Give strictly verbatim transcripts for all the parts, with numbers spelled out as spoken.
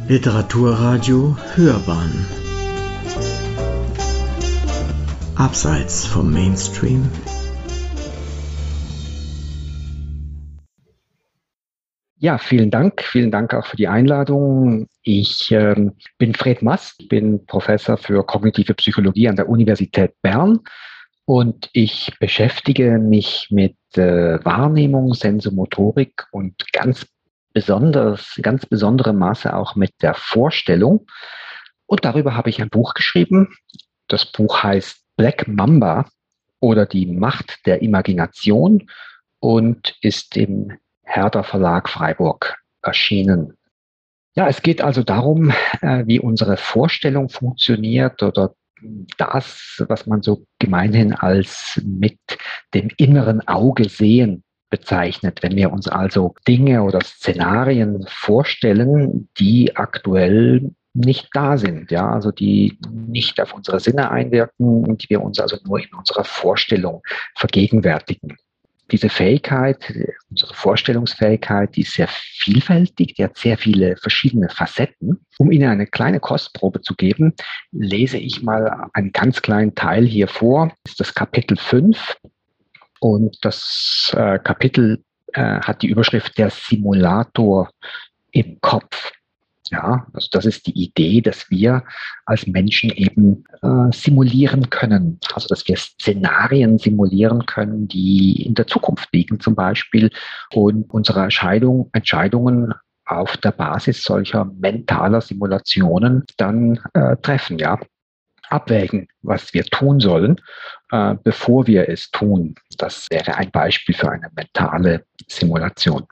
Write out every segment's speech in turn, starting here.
Literaturradio Hörbahn Abseits vom Mainstream. Ja, vielen Dank. Vielen Dank auch für die Einladung. Ich ähm, bin Fred Mast, bin Professor für kognitive Psychologie an der Universität Bern und ich beschäftige mich mit äh, Wahrnehmung, Sensomotorik und ganz besonders, ganz besonderem Maße auch mit der Vorstellung. Und darüber habe ich ein Buch geschrieben. Das Buch heißt Black Mamba oder die Macht der Imagination und ist im Herder Verlag Freiburg erschienen. Ja, es geht also darum, äh, wie unsere Vorstellung funktioniert oder das, was man so gemeinhin als mit dem inneren Auge sehen bezeichnet. Wenn wir uns also Dinge oder Szenarien vorstellen, die aktuell nicht da sind, ja, also die nicht auf unsere Sinne einwirken und die wir uns also nur in unserer Vorstellung vergegenwärtigen. Diese Fähigkeit, unsere Vorstellungsfähigkeit, die ist sehr vielfältig, die hat sehr viele verschiedene Facetten. Um Ihnen eine kleine Kostprobe zu geben, lese ich mal einen ganz kleinen Teil hier vor. Das ist das Kapitel fünf und das äh, Kapitel äh, hat die Überschrift Der Simulator im Kopf. Ja, also das ist die Idee, dass wir als Menschen eben äh, simulieren können, also dass wir Szenarien simulieren können, die in der Zukunft liegen zum Beispiel und unsere Entscheidung, Entscheidungen auf der Basis solcher mentaler Simulationen dann äh, treffen, ja, abwägen, was wir tun sollen, äh, bevor wir es tun. Das wäre ein Beispiel für eine mentale Simulation.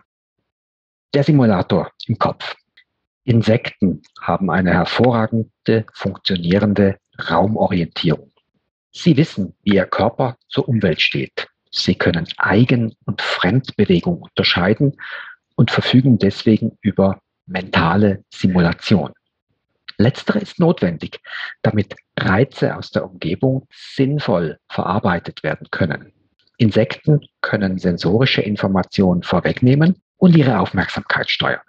Der Simulator im Kopf. Insekten haben eine hervorragende, funktionierende Raumorientierung. Sie wissen, wie ihr Körper zur Umwelt steht. Sie können Eigen- und Fremdbewegung unterscheiden und verfügen deswegen über mentale Simulation. Letztere ist notwendig, damit Reize aus der Umgebung sinnvoll verarbeitet werden können. Insekten können sensorische Informationen vorwegnehmen und ihre Aufmerksamkeit steuern.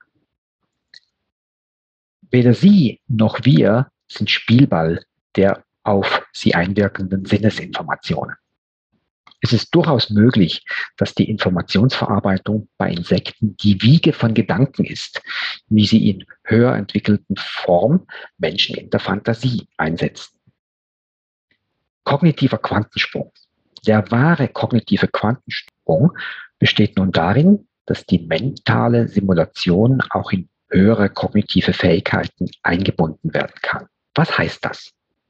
Weder Sie noch wir sind Spielball der auf sie einwirkenden Sinnesinformationen. Es ist durchaus möglich, dass die Informationsverarbeitung bei Insekten die Wiege von Gedanken ist, wie sie in höher entwickelten Form Menschen in der Fantasie einsetzen. Kognitiver Quantensprung. Der wahre kognitive Quantensprung besteht nun darin, dass die mentale Simulation auch in höhere kognitive Fähigkeiten eingebunden werden kann. Was heißt das?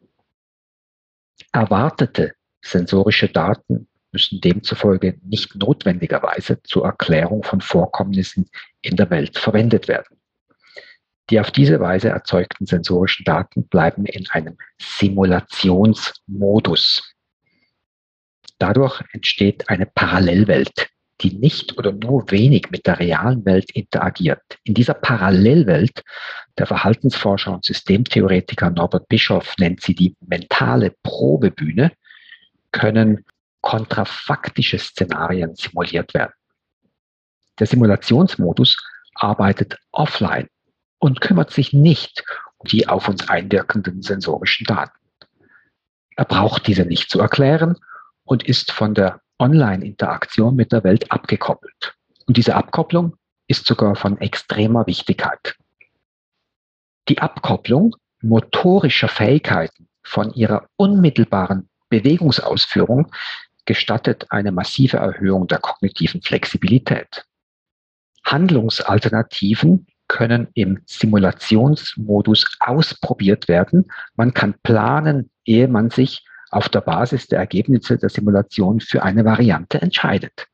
Erwartete sensorische Daten müssen demzufolge nicht notwendigerweise zur Erklärung von Vorkommnissen in der Welt verwendet werden. Die auf diese Weise erzeugten sensorischen Daten bleiben in einem Simulationsmodus. Dadurch entsteht eine Parallelwelt, die nicht oder nur wenig mit der realen Welt interagiert. In dieser Parallelwelt, der Verhaltensforscher und Systemtheoretiker Norbert Bischoff nennt sie die mentale Probebühne, können kontrafaktische Szenarien simuliert werden. Der Simulationsmodus arbeitet offline und kümmert sich nicht um die auf uns einwirkenden sensorischen Daten. Er braucht diese nicht zu erklären und ist von der Online-Interaktion mit der Welt abgekoppelt. Und diese Abkopplung ist sogar von extremer Wichtigkeit. Die Abkopplung motorischer Fähigkeiten von ihrer unmittelbaren Bewegungsausführung gestattet eine massive Erhöhung der kognitiven Flexibilität. Handlungsalternativen können im Simulationsmodus ausprobiert werden. Man kann planen, ehe man sich auf der Basis der Ergebnisse der Simulation für eine Variante entscheidet.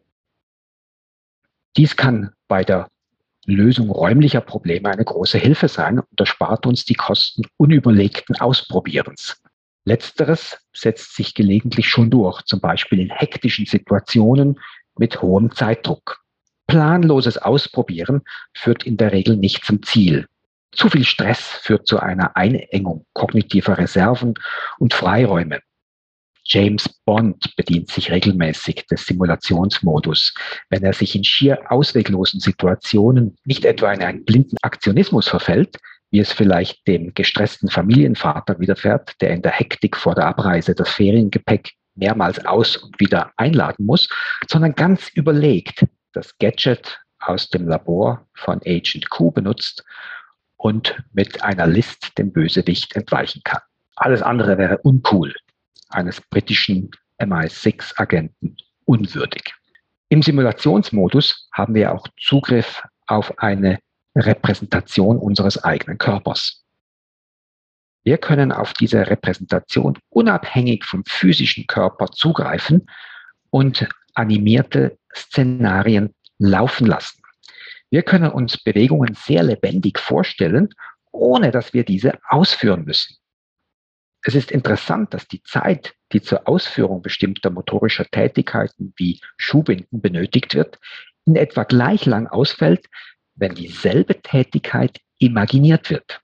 Dies kann bei der Lösung räumlicher Probleme eine große Hilfe sein und erspart uns die Kosten unüberlegten Ausprobierens. Letzteres setzt sich gelegentlich schon durch, zum Beispiel in hektischen Situationen mit hohem Zeitdruck. Planloses Ausprobieren führt in der Regel nicht zum Ziel. Zu viel Stress führt zu einer Einengung kognitiver Reserven und Freiräume. James Bond bedient sich regelmäßig des Simulationsmodus, wenn er sich in schier ausweglosen Situationen nicht etwa in einen blinden Aktionismus verfällt, wie es vielleicht dem gestressten Familienvater widerfährt, der in der Hektik vor der Abreise das Feriengepäck mehrmals aus- und wieder einladen muss, sondern ganz überlegt das Gadget aus dem Labor von Agent Q benutzt und mit einer List dem Bösewicht entweichen kann. Alles andere wäre uncool, eines britischen M I sechs Agenten unwürdig. Im Simulationsmodus haben wir auch Zugriff auf eine Repräsentation unseres eigenen Körpers. Wir können auf diese Repräsentation unabhängig vom physischen Körper zugreifen und animierte Szenarien laufen lassen. Wir können uns Bewegungen sehr lebendig vorstellen, ohne dass wir diese ausführen müssen. Es ist interessant, dass die Zeit, die zur Ausführung bestimmter motorischer Tätigkeiten wie Schuhbinden benötigt wird, in etwa gleich lang ausfällt, wenn dieselbe Tätigkeit imaginiert wird.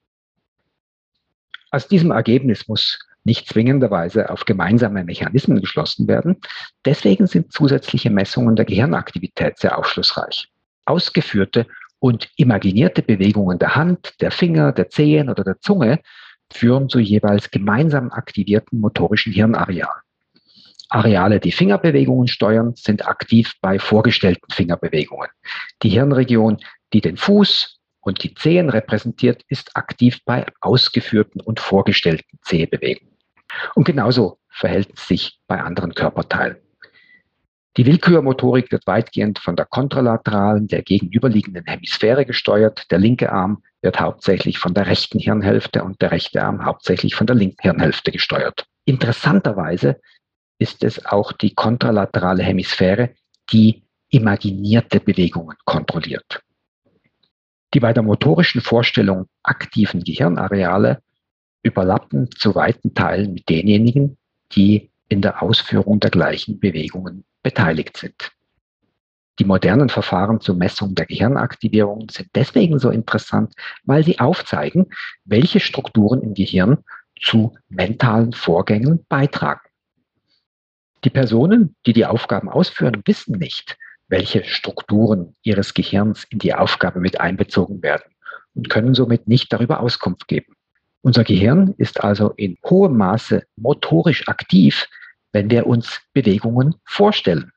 Aus diesem Ergebnis muss nicht zwingenderweise auf gemeinsame Mechanismen geschlossen werden. Deswegen sind zusätzliche Messungen der Gehirnaktivität sehr aufschlussreich. Ausgeführte und imaginierte Bewegungen der Hand, der Finger, der Zehen oder der Zunge führen zu jeweils gemeinsam aktivierten motorischen Hirnarealen. Areale, die Fingerbewegungen steuern, sind aktiv bei vorgestellten Fingerbewegungen. Die Hirnregion, die den Fuß und die Zehen repräsentiert, ist aktiv bei ausgeführten und vorgestellten Zehbewegungen. Und genauso verhält es sich bei anderen Körperteilen. Die Willkürmotorik wird weitgehend von der kontralateralen, der gegenüberliegenden Hemisphäre gesteuert. Der linke Arm wird hauptsächlich von der rechten Hirnhälfte und der rechte Arm hauptsächlich von der linken Hirnhälfte gesteuert. Interessanterweise ist es auch die kontralaterale Hemisphäre, die imaginierte Bewegungen kontrolliert. Die bei der motorischen Vorstellung aktiven Gehirnareale überlappen zu weiten Teilen mit denjenigen, die in der Ausführung der gleichen Bewegungen beteiligt sind. Die modernen Verfahren zur Messung der Gehirnaktivierung sind deswegen so interessant, weil sie aufzeigen, welche Strukturen im Gehirn zu mentalen Vorgängen beitragen. Die Personen, die die Aufgaben ausführen, wissen nicht, welche Strukturen ihres Gehirns in die Aufgabe mit einbezogen werden und können somit nicht darüber Auskunft geben. Unser Gehirn ist also in hohem Maße motorisch aktiv, wenn wir uns Bewegungen vorstellen.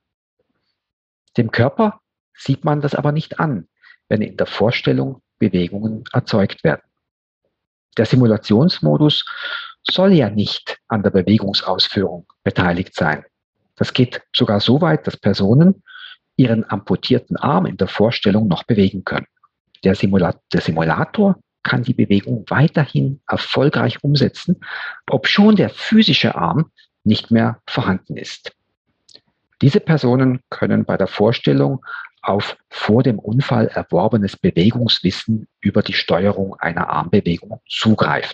Dem Körper sieht man das aber nicht an, wenn in der Vorstellung Bewegungen erzeugt werden. Der Simulationsmodus soll ja nicht an der Bewegungsausführung beteiligt sein. Das geht sogar so weit, dass Personen ihren amputierten Arm in der Vorstellung noch bewegen können. Der, Simula- der Simulator kann die Bewegung weiterhin erfolgreich umsetzen, obschon der physische Arm nicht mehr vorhanden ist. Diese Personen können bei der Vorstellung auf vor dem Unfall erworbenes Bewegungswissen über die Steuerung einer Armbewegung zugreifen.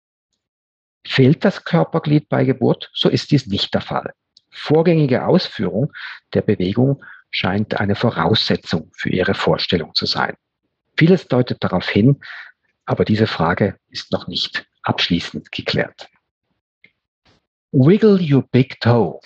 Fehlt das Körperglied bei Geburt, so ist dies nicht der Fall. Vorgängige Ausführung der Bewegung scheint eine Voraussetzung für ihre Vorstellung zu sein. Vieles deutet darauf hin, aber diese Frage ist noch nicht abschließend geklärt. Wiggle your big toe.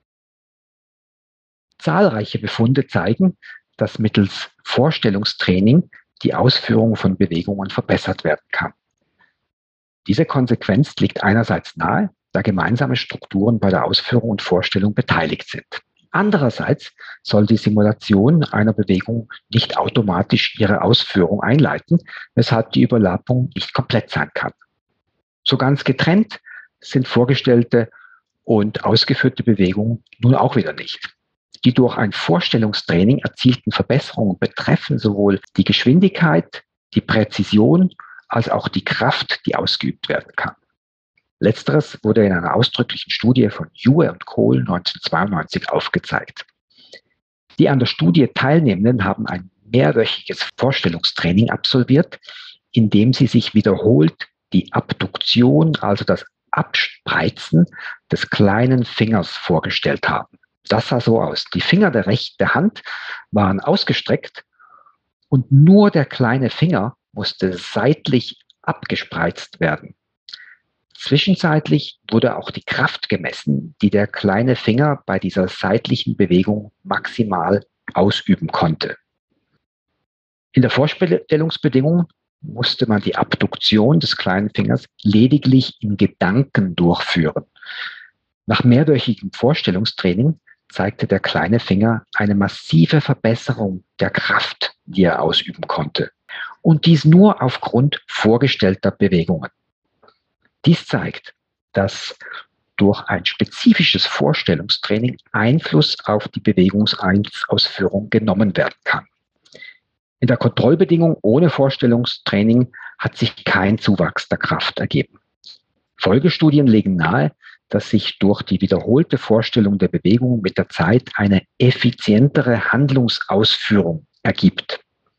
Zahlreiche Befunde zeigen, dass mittels Vorstellungstraining die Ausführung von Bewegungen verbessert werden kann. Diese Konsequenz liegt einerseits nahe, da gemeinsame Strukturen bei der Ausführung und Vorstellung beteiligt sind. Andererseits soll die Simulation einer Bewegung nicht automatisch ihre Ausführung einleiten, weshalb die Überlappung nicht komplett sein kann. So ganz getrennt sind vorgestellte und ausgeführte Bewegungen nun auch wieder nicht. Die durch ein Vorstellungstraining erzielten Verbesserungen betreffen sowohl die Geschwindigkeit, die Präzision als auch die Kraft, die ausgeübt werden kann. Letzteres wurde in einer ausdrücklichen Studie von Yue und Kohl neunzehnhundertzweiundneunzig aufgezeigt. Die an der Studie Teilnehmenden haben ein mehrwöchiges Vorstellungstraining absolviert, in dem sie sich wiederholt die Abduktion, also das Abspreizen des kleinen Fingers vorgestellt haben. Das sah so aus. Die Finger der rechten Hand waren ausgestreckt und nur der kleine Finger musste seitlich abgespreizt werden. Zwischenzeitlich wurde auch die Kraft gemessen, die der kleine Finger bei dieser seitlichen Bewegung maximal ausüben konnte. In der Vorstellungsbedingung musste man die Abduktion des kleinen Fingers lediglich in Gedanken durchführen. Nach mehrwöchigem Vorstellungstraining zeigte der kleine Finger eine massive Verbesserung der Kraft, die er ausüben konnte. Und dies nur aufgrund vorgestellter Bewegungen. Dies zeigt, dass durch ein spezifisches Vorstellungstraining Einfluss auf die Bewegungsausführung genommen werden kann. In der Kontrollbedingung ohne Vorstellungstraining hat sich kein Zuwachs der Kraft ergeben. Folgestudien legen nahe, dass sich durch die wiederholte Vorstellung der Bewegung mit der Zeit eine effizientere Handlungsausführung ergibt.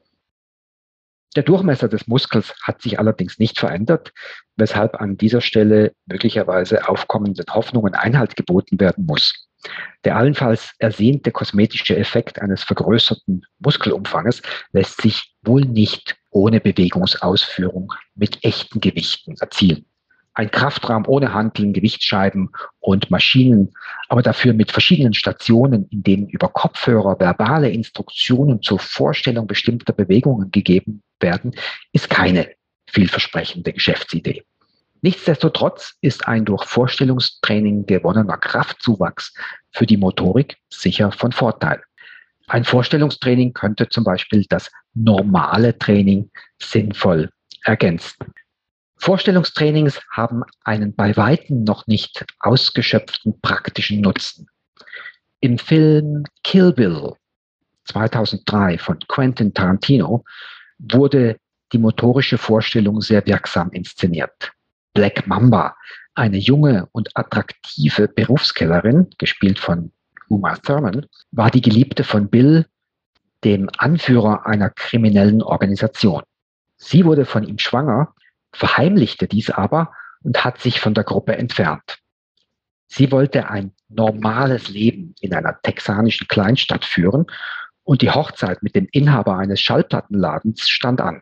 Der Durchmesser des Muskels hat sich allerdings nicht verändert, weshalb an dieser Stelle möglicherweise aufkommenden Hoffnungen Einhalt geboten werden muss. Der allenfalls ersehnte kosmetische Effekt eines vergrößerten Muskelumfanges lässt sich wohl nicht ohne Bewegungsausführung mit echten Gewichten erzielen. Ein Kraftraum ohne Hanteln, Gewichtsscheiben und Maschinen, aber dafür mit verschiedenen Stationen, in denen über Kopfhörer verbale Instruktionen zur Vorstellung bestimmter Bewegungen gegeben werden, ist keine vielversprechende Geschäftsidee. Nichtsdestotrotz ist ein durch Vorstellungstraining gewonnener Kraftzuwachs für die Motorik sicher von Vorteil. Ein Vorstellungstraining könnte zum Beispiel das normale Training sinnvoll ergänzen. Vorstellungstrainings haben einen bei weitem noch nicht ausgeschöpften praktischen Nutzen. Im Film Kill Bill zweitausenddrei von Quentin Tarantino wurde die motorische Vorstellung sehr wirksam inszeniert. Black Mamba, eine junge und attraktive Berufskellerin, gespielt von Uma Thurman, war die Geliebte von Bill, dem Anführer einer kriminellen Organisation. Sie wurde von ihm schwanger, verheimlichte dies aber und hat sich von der Gruppe entfernt. Sie wollte ein normales Leben in einer texanischen Kleinstadt führen und die Hochzeit mit dem Inhaber eines Schallplattenladens stand an.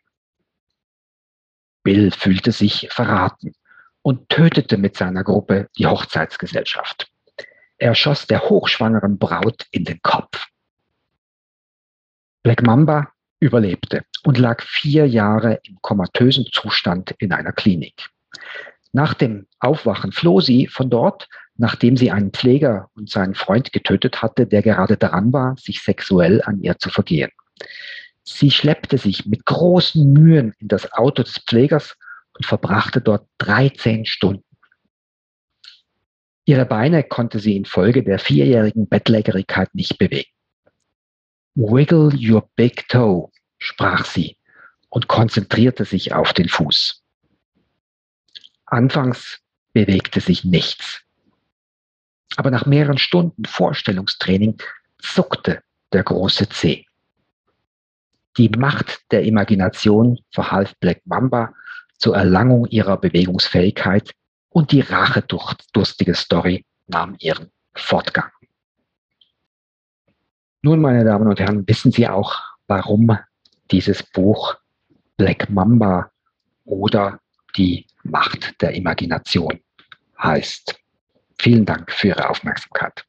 Bill fühlte sich verraten und tötete mit seiner Gruppe die Hochzeitsgesellschaft. Er schoss der hochschwangeren Braut in den Kopf. Black Mamba überlebte und lag vier Jahre im komatösen Zustand in einer Klinik. Nach dem Aufwachen floh sie von dort, nachdem sie einen Pfleger und seinen Freund getötet hatte, der gerade daran war, sich sexuell an ihr zu vergehen. Sie schleppte sich mit großen Mühen in das Auto des Pflegers und verbrachte dort dreizehn Stunden. Ihre Beine konnte sie infolge der vierjährigen Bettlägerigkeit nicht bewegen. Wiggle your big toe, sprach sie und konzentrierte sich auf den Fuß. Anfangs bewegte sich nichts. Aber nach mehreren Stunden Vorstellungstraining zuckte der große Zeh. Die Macht der Imagination verhalf Black Mamba zur Erlangung ihrer Bewegungsfähigkeit und die rachedurstige Story nahm ihren Fortgang. Nun, meine Damen und Herren, wissen Sie auch, warum dieses Buch Black Mamba oder die Macht der Imagination heißt. Vielen Dank für Ihre Aufmerksamkeit.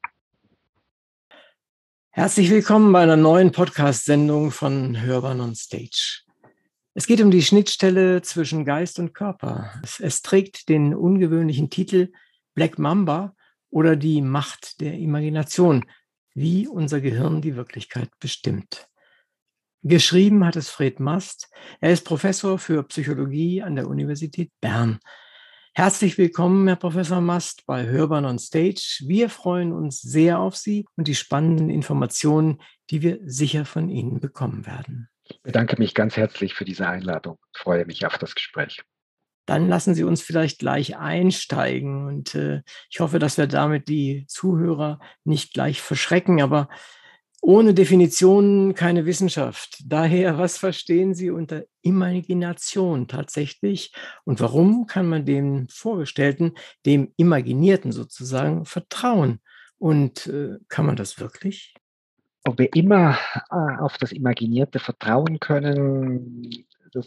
Herzlich willkommen bei einer neuen Podcast-Sendung von Hörbahn on Stage. Es geht um die Schnittstelle zwischen Geist und Körper. Es, es trägt den ungewöhnlichen Titel Black Mamba oder die Macht der Imagination, wie unser Gehirn die Wirklichkeit bestimmt. Geschrieben hat es Fred Mast. Er ist Professor für Psychologie an der Universität Bern. Herzlich willkommen, Herr Professor Mast, bei Hörbahn on Stage. Wir freuen uns sehr auf Sie und die spannenden Informationen, die wir sicher von Ihnen bekommen werden. Ich bedanke mich ganz herzlich für diese Einladung. Ich freue mich auf das Gespräch. Dann lassen Sie uns vielleicht gleich einsteigen und äh, ich hoffe, dass wir damit die Zuhörer nicht gleich verschrecken, aber ohne Definition keine Wissenschaft. Daher, was verstehen Sie unter Imagination tatsächlich und warum kann man dem Vorgestellten, dem Imaginierten sozusagen, vertrauen? Und äh, kann man das wirklich? Ob wir immer äh, auf das Imaginierte vertrauen können, das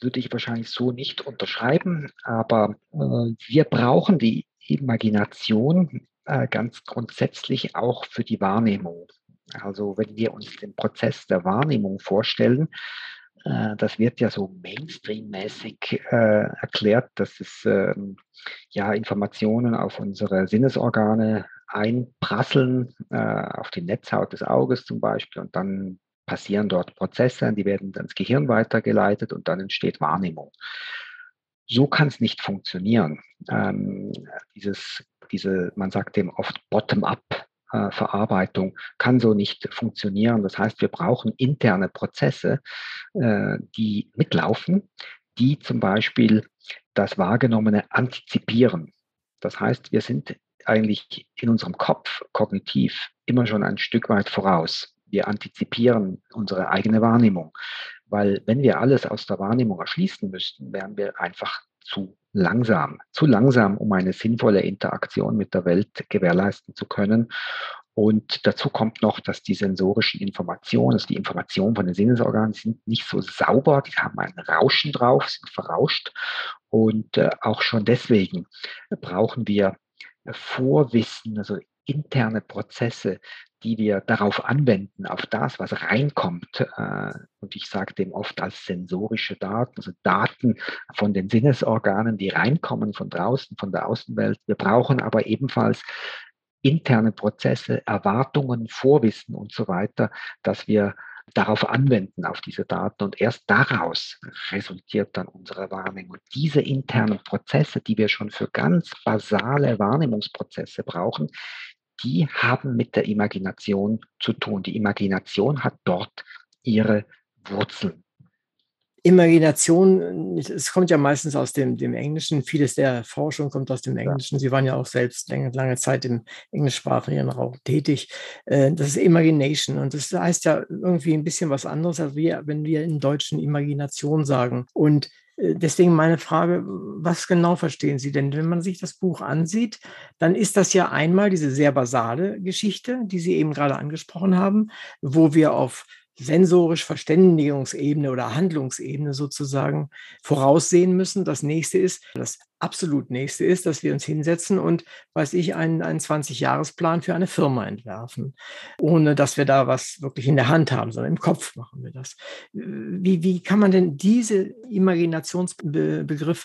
würde ich wahrscheinlich so nicht unterschreiben, aber äh, wir brauchen die Imagination äh, ganz grundsätzlich auch für die Wahrnehmung. Also wenn wir uns den Prozess der Wahrnehmung vorstellen, äh, das wird ja so Mainstream-mäßig äh, erklärt, dass es äh, ja Informationen auf unsere Sinnesorgane einprasseln, äh, auf die Netzhaut des Auges zum Beispiel, und dann passieren dort Prozesse, die werden dann ins Gehirn weitergeleitet und dann entsteht Wahrnehmung. So kann es nicht funktionieren. Ähm, dieses, diese, man sagt dem oft Bottom-up. äh, Verarbeitung kann so nicht funktionieren. Das heißt, wir brauchen interne Prozesse, äh, die mitlaufen, die zum Beispiel das Wahrgenommene antizipieren. Das heißt, wir sind eigentlich in unserem Kopf kognitiv immer schon ein Stück weit voraus. Wir antizipieren unsere eigene Wahrnehmung, weil wenn wir alles aus der Wahrnehmung erschließen müssten, wären wir einfach zu langsam, zu langsam, um eine sinnvolle Interaktion mit der Welt gewährleisten zu können. Und dazu kommt noch, dass die sensorischen Informationen, also die Informationen von den Sinnesorganen, sind nicht so sauber, die haben ein Rauschen drauf, sind verrauscht. Und äh, auch schon deswegen brauchen wir Vorwissen, also interne Prozesse, die wir darauf anwenden, auf das, was reinkommt. Äh, und ich sage dem oft als sensorische Daten, also Daten von den Sinnesorganen, die reinkommen von draußen, von der Außenwelt. Wir brauchen aber ebenfalls interne Prozesse, Erwartungen, Vorwissen und so weiter, dass wir darauf anwenden, auf diese Daten. Und erst daraus resultiert dann unsere Wahrnehmung. Und diese internen Prozesse, die wir schon für ganz basale Wahrnehmungsprozesse brauchen, die haben mit der Imagination zu tun. Die Imagination hat dort ihre Wurzeln. Imagination, es kommt ja meistens aus dem, dem Englischen. Vieles der Forschung kommt aus dem Englischen. Sie waren ja auch selbst lange, lange Zeit im englischsprachigen Raum tätig. Das ist Imagination und das heißt ja irgendwie ein bisschen was anderes, als wir, wenn wir im Deutschen Imagination sagen. Und deswegen meine Frage, was genau verstehen Sie denn? Wenn man sich das Buch ansieht, dann ist das ja einmal diese sehr basale Geschichte, die Sie eben gerade angesprochen haben, wo wir auf sensorisch Verständigungsebene oder Handlungsebene sozusagen voraussehen müssen. Das nächste ist, das absolut nächste ist, dass wir uns hinsetzen und, weiß ich, einen, einen zwanzig-Jahres-Plan für eine Firma entwerfen, ohne dass wir da was wirklich in der Hand haben, sondern im Kopf machen wir das. Wie, wie kann man denn diese Imaginationsbegriff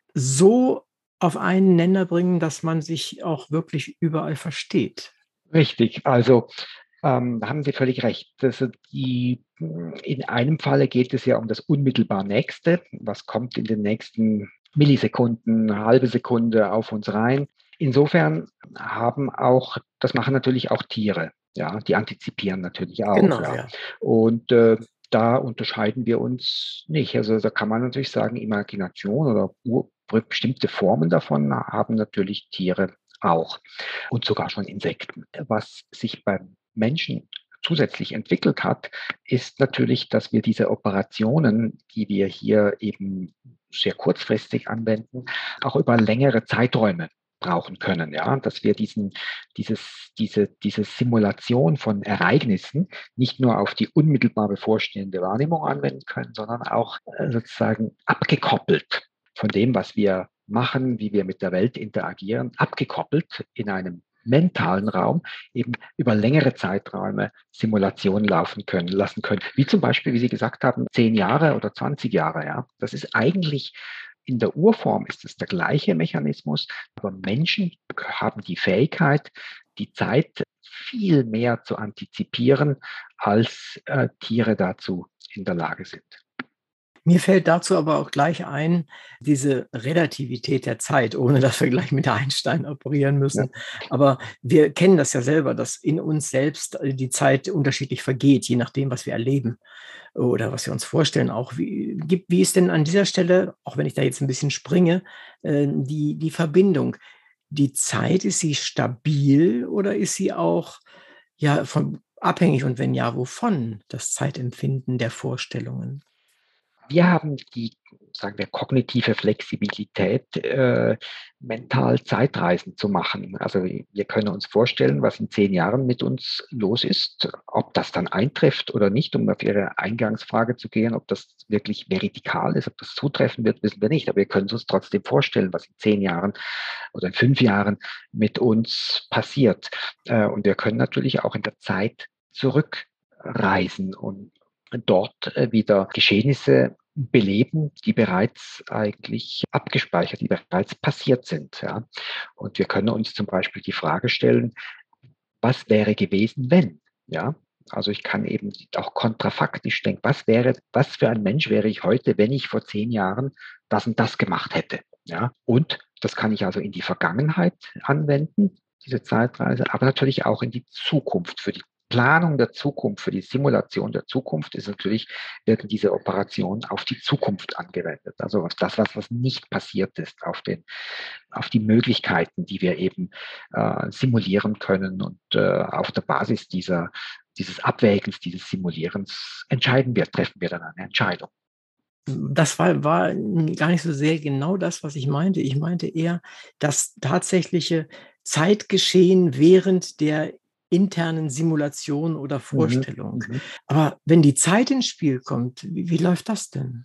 so auf einen Nenner bringen, dass man sich auch wirklich überall versteht? Richtig, also Ähm, da haben Sie völlig recht. Also die, in einem Falle geht es ja um das unmittelbar Nächste. Was kommt in den nächsten Millisekunden, eine halbe Sekunde auf uns rein? Insofern haben auch, das machen natürlich auch Tiere. Ja, die antizipieren natürlich auch. Genau, ja. ja. Und äh, da unterscheiden wir uns nicht. Also da kann man natürlich sagen, Imagination oder ur- bestimmte Formen davon haben natürlich Tiere auch und sogar schon Insekten. Was sich beim Menschen zusätzlich entwickelt hat, ist natürlich, dass wir diese Operationen, die wir hier eben sehr kurzfristig anwenden, auch über längere Zeiträume brauchen können, ja, dass wir diesen, dieses, diese, diese Simulation von Ereignissen nicht nur auf die unmittelbar bevorstehende Wahrnehmung anwenden können, sondern auch äh, sozusagen abgekoppelt von dem, was wir machen, wie wir mit der Welt interagieren, abgekoppelt in einem mentalen Raum eben über längere Zeiträume Simulationen laufen können, lassen können. Wie zum Beispiel, wie Sie gesagt haben, zehn Jahre oder zwanzig Jahre. Ja, das ist eigentlich in der Urform ist es der gleiche Mechanismus, aber Menschen haben die Fähigkeit, die Zeit viel mehr zu antizipieren, als äh, Tiere dazu in der Lage sind. Mir fällt dazu aber auch gleich ein, diese Relativität der Zeit, ohne dass wir gleich mit Einstein operieren müssen. Ja. Aber wir kennen das ja selber, dass in uns selbst die Zeit unterschiedlich vergeht, je nachdem, was wir erleben oder was wir uns vorstellen. Auch wie, wie ist denn an dieser Stelle, auch wenn ich da jetzt ein bisschen springe, die, die Verbindung? Die Zeit, ist sie stabil oder ist sie auch ja, von, abhängig und wenn ja, wovon, das Zeitempfinden der Vorstellungen? Wir haben die, sagen wir, kognitive Flexibilität, äh, mental Zeitreisen zu machen. Also wir können uns vorstellen, was in zehn Jahren mit uns los ist, ob das dann eintrifft oder nicht, um auf Ihre Eingangsfrage zu gehen, ob das wirklich verifikal ist, ob das zutreffen wird, wissen wir nicht. Aber wir können uns trotzdem vorstellen, was in zehn Jahren oder in fünf Jahren mit uns passiert. Äh, und wir können natürlich auch in der Zeit zurückreisen und dort äh, wieder Geschehnisse beleben, die bereits eigentlich abgespeichert, die bereits passiert sind. Ja. Und wir können uns zum Beispiel die Frage stellen, was wäre gewesen, wenn? Ja. Also ich kann eben auch kontrafaktisch denken, was wäre, was für ein Mensch wäre ich heute, wenn ich vor zehn Jahren das und das gemacht hätte? Ja. Und das kann ich also in die Vergangenheit anwenden, diese Zeitreise, aber natürlich auch in die Zukunft, für die Planung der Zukunft, für die Simulation der Zukunft ist natürlich, werden diese Operationen auf die Zukunft angewendet. Also auf das, was, was nicht passiert ist, auf den, auf die Möglichkeiten, die wir eben äh, simulieren können. Und äh, auf der Basis dieser, dieses Abwägens, dieses Simulierens entscheiden wir, treffen wir dann eine Entscheidung. Das war, war gar nicht so sehr genau das, was ich meinte. Ich meinte eher das tatsächliche Zeitgeschehen während der internen Simulation oder Vorstellung. Mhm. Aber wenn die Zeit ins Spiel kommt, wie, wie läuft das denn?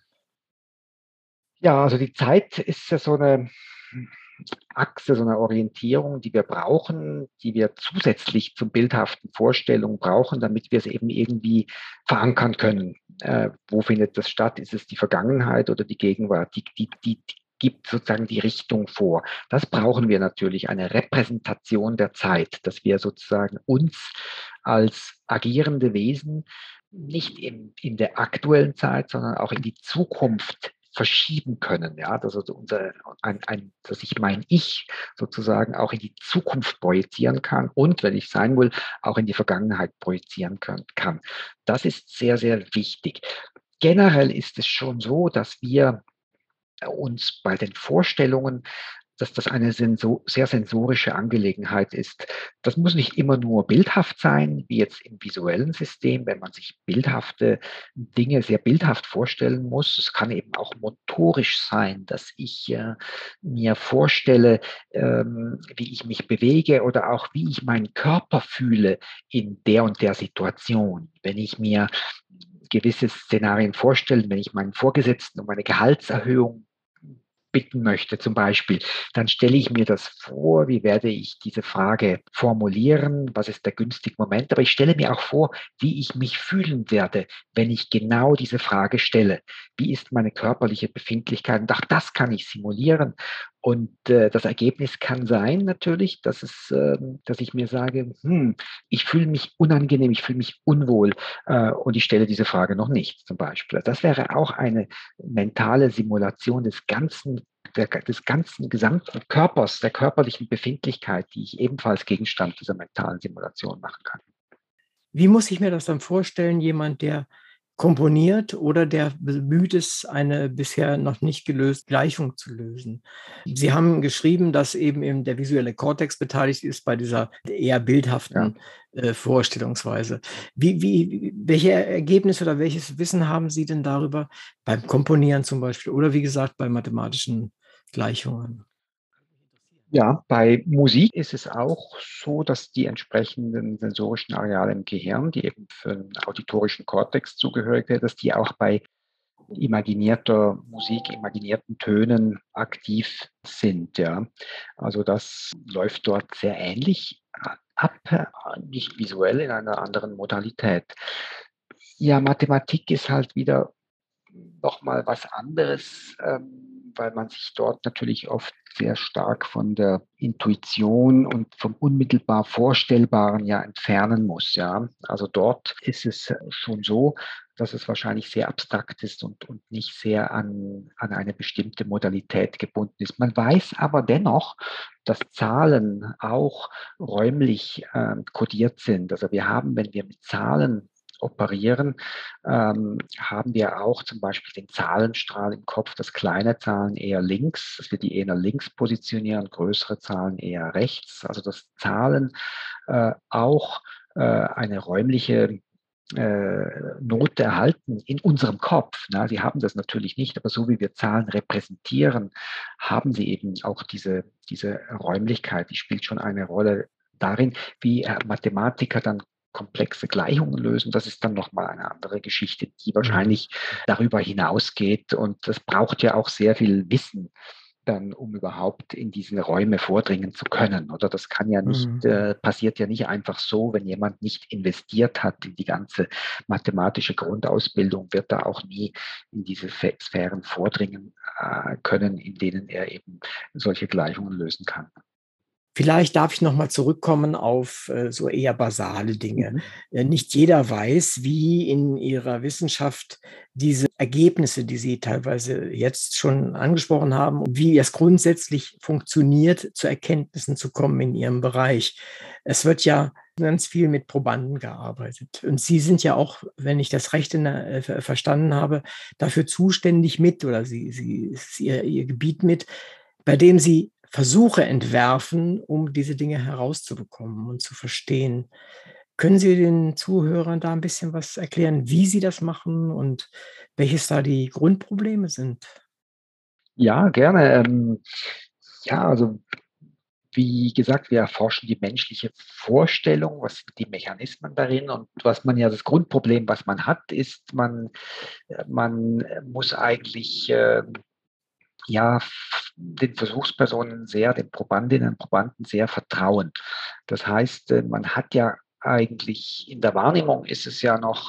Ja, also die Zeit ist ja so eine Achse, so eine Orientierung, die wir brauchen, die wir zusätzlich zur bildhaften Vorstellung brauchen, damit wir es eben irgendwie verankern können. Äh, wo findet das statt? Ist es die Vergangenheit oder die Gegenwart? Die, die, die, die gibt sozusagen die Richtung vor. Das brauchen wir natürlich, eine Repräsentation der Zeit, dass wir sozusagen uns als agierende Wesen nicht in, in der aktuellen Zeit, sondern auch in die Zukunft verschieben können, ja, dass also unser, ein, ein, dass ich mein Ich sozusagen auch in die Zukunft projizieren kann und, wenn ich sein will, auch in die Vergangenheit projizieren können, kann. Das ist sehr, sehr wichtig. Generell ist es schon so, dass wir uns bei den Vorstellungen, dass das eine senso sehr sensorische Angelegenheit ist. Das muss nicht immer nur bildhaft sein, wie jetzt im visuellen System, wenn man sich bildhafte Dinge sehr bildhaft vorstellen muss. Es kann eben auch motorisch sein, dass ich äh, mir vorstelle, ähm, wie ich mich bewege oder auch wie ich meinen Körper fühle in der und der Situation. Wenn ich mir gewisse Szenarien vorstelle, wenn ich meinen Vorgesetzten um eine Gehaltserhöhung bitten möchte zum Beispiel, dann stelle ich mir das vor, wie werde ich diese Frage formulieren, was ist der günstige Moment, aber ich stelle mir auch vor, wie ich mich fühlen werde, wenn ich genau diese Frage stelle. Wie ist meine körperliche Befindlichkeit? Und auch das kann ich simulieren. Und äh, das Ergebnis kann sein natürlich, dass, es, äh, dass ich mir sage, hm, ich fühle mich unangenehm, ich fühle mich unwohl äh, und ich stelle diese Frage noch nicht zum Beispiel. Das wäre auch eine mentale Simulation des ganzen, der, des ganzen gesamten Körpers, der körperlichen Befindlichkeit, die ich ebenfalls Gegenstand dieser mentalen Simulation machen kann. Wie muss ich mir das dann vorstellen, jemand, der komponiert oder der bemüht ist, eine bisher noch nicht gelöste Gleichung zu lösen? Sie haben geschrieben, dass eben, eben der visuelle Kortex beteiligt ist bei dieser eher bildhaften ja. äh, Vorstellungsweise. Wie, wie, welche Ergebnisse oder welches Wissen haben Sie denn darüber beim Komponieren zum Beispiel oder wie gesagt bei mathematischen Gleichungen? Ja, bei Musik ist es auch so, dass die entsprechenden sensorischen Areale im Gehirn, die eben für den auditorischen Kortex zugehörig sind, dass die auch bei imaginierter Musik, imaginierten Tönen aktiv sind. Ja. Also das läuft dort sehr ähnlich ab, nicht visuell in einer anderen Modalität. Ja, Mathematik ist halt wieder nochmal was anderes, ähm, weil man sich dort natürlich oft sehr stark von der Intuition und vom unmittelbar Vorstellbaren ja entfernen muss. Ja. Also dort ist es schon so, dass es wahrscheinlich sehr abstrakt ist und, und nicht sehr an, an eine bestimmte Modalität gebunden ist. Man weiß aber dennoch, dass Zahlen auch räumlich äh, kodiert sind. Also wir haben, wenn wir mit Zahlen operieren, ähm, haben wir auch zum Beispiel den Zahlenstrahl im Kopf, dass kleine Zahlen eher links, dass wir die eher links positionieren, größere Zahlen eher rechts. Also dass Zahlen äh, auch äh, eine räumliche äh, Note erhalten in unserem Kopf. Na, sie haben das natürlich nicht, aber so wie wir Zahlen repräsentieren, haben sie eben auch diese, diese Räumlichkeit, die spielt schon eine Rolle darin, wie äh, Mathematiker dann komplexe Gleichungen lösen. Das ist dann nochmal eine andere Geschichte, die Mhm. wahrscheinlich darüber hinausgeht. Und das braucht ja auch sehr viel Wissen, dann, um überhaupt in diese Räume vordringen zu können. Oder das kann ja nicht, Mhm. äh, passiert ja nicht einfach so, wenn jemand nicht investiert hat in die ganze mathematische Grundausbildung, wird er auch nie in diese Sphären vordringen äh, können, in denen er eben solche Gleichungen lösen kann. Vielleicht darf ich noch mal zurückkommen auf äh, so eher basale Dinge. Mhm. Äh, nicht jeder weiß, wie in ihrer Wissenschaft diese Ergebnisse, die Sie teilweise jetzt schon angesprochen haben, wie es grundsätzlich funktioniert, zu Erkenntnissen zu kommen in Ihrem Bereich. Es wird ja ganz viel mit Probanden gearbeitet. Und Sie sind ja auch, wenn ich das recht in der, äh, verstanden habe, dafür zuständig mit, oder Sie, Sie, es ist Ihr, Ihr Gebiet mit, bei dem Sie Versuche entwerfen, um diese Dinge herauszubekommen und zu verstehen. Können Sie den Zuhörern da ein bisschen was erklären, wie Sie das machen und welches da die Grundprobleme sind? Ja, gerne. Ähm, ja, also wie gesagt, wir erforschen die menschliche Vorstellung, was sind die Mechanismen darin und was man ja das Grundproblem, was man hat, ist, man, äh, man muss eigentlich äh, ja den Versuchspersonen sehr, den Probandinnen und Probanden sehr vertrauen. Das heißt, äh, man hat ja eigentlich in der Wahrnehmung ist es ja noch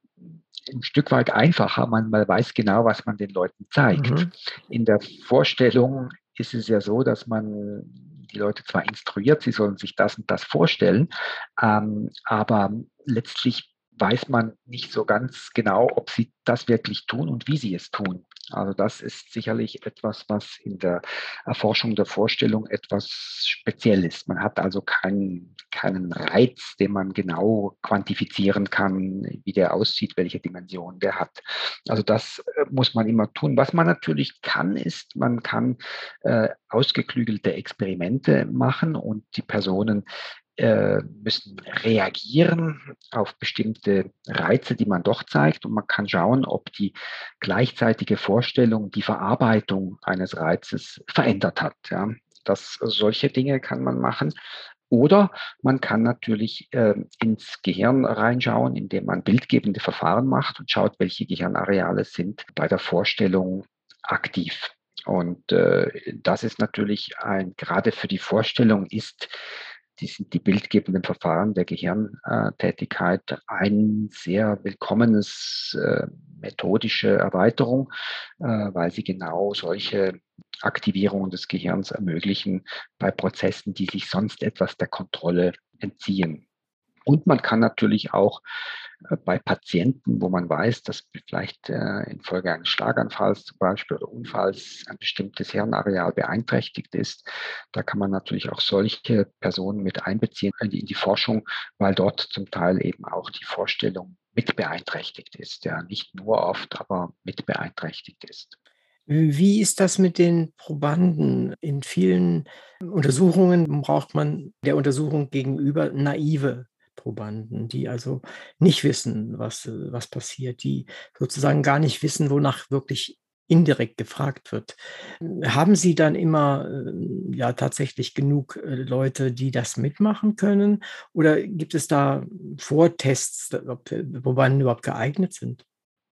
ein Stück weit einfacher. Man, man weiß genau, was man den Leuten zeigt. Mhm. In der Vorstellung ist es ja so, dass man die Leute zwar instruiert, sie sollen sich das und das vorstellen, ähm, aber letztlich weiß man nicht so ganz genau, ob sie das wirklich tun und wie sie es tun. Also das ist sicherlich etwas, was in der Erforschung der Vorstellung etwas speziell ist. Man hat also keinen, keinen Reiz, den man genau quantifizieren kann, wie der aussieht, welche Dimension der hat. Also das äh, muss man immer tun. Was man natürlich kann, ist, man kann äh, ausgeklügelte Experimente machen und die Personen äh, müssen reagieren auf bestimmte Reize, die man doch zeigt. Und man kann schauen, ob die gleichzeitige Vorstellung die Verarbeitung eines Reizes verändert hat. Ja. Das, solche Dinge kann man machen. Oder man kann natürlich äh, ins Gehirn reinschauen, indem man bildgebende Verfahren macht und schaut, welche Gehirnareale sind bei der Vorstellung aktiv. Und äh, das ist natürlich ein, gerade für die Vorstellung ist, die sind die bildgebenden Verfahren der Gehirntätigkeit ein sehr willkommenes äh, methodische Erweiterung, äh, weil sie genau solche Aktivierungen des Gehirns ermöglichen bei Prozessen, die sich sonst etwas der Kontrolle entziehen. Und man kann natürlich auch äh, bei Patienten, wo man weiß, dass vielleicht äh, infolge eines Schlaganfalls zum Beispiel oder Unfalls ein bestimmtes Hirnareal beeinträchtigt ist, da kann man natürlich auch solche Personen mit einbeziehen in die, in die Forschung, weil dort zum Teil eben auch die Vorstellung mit beeinträchtigt ist. Ja, nicht nur oft, aber mit beeinträchtigt ist. Wie ist das mit den Probanden? In vielen Untersuchungen braucht man der Untersuchung gegenüber naive Probanden, die also nicht wissen, was, äh, was passiert, die sozusagen gar nicht wissen, wonach wirklich indirekt gefragt wird. Haben Sie dann immer ähm, ja tatsächlich genug äh, Leute, die das mitmachen können? Oder gibt es da Vortests, ob äh, Probanden überhaupt geeignet sind?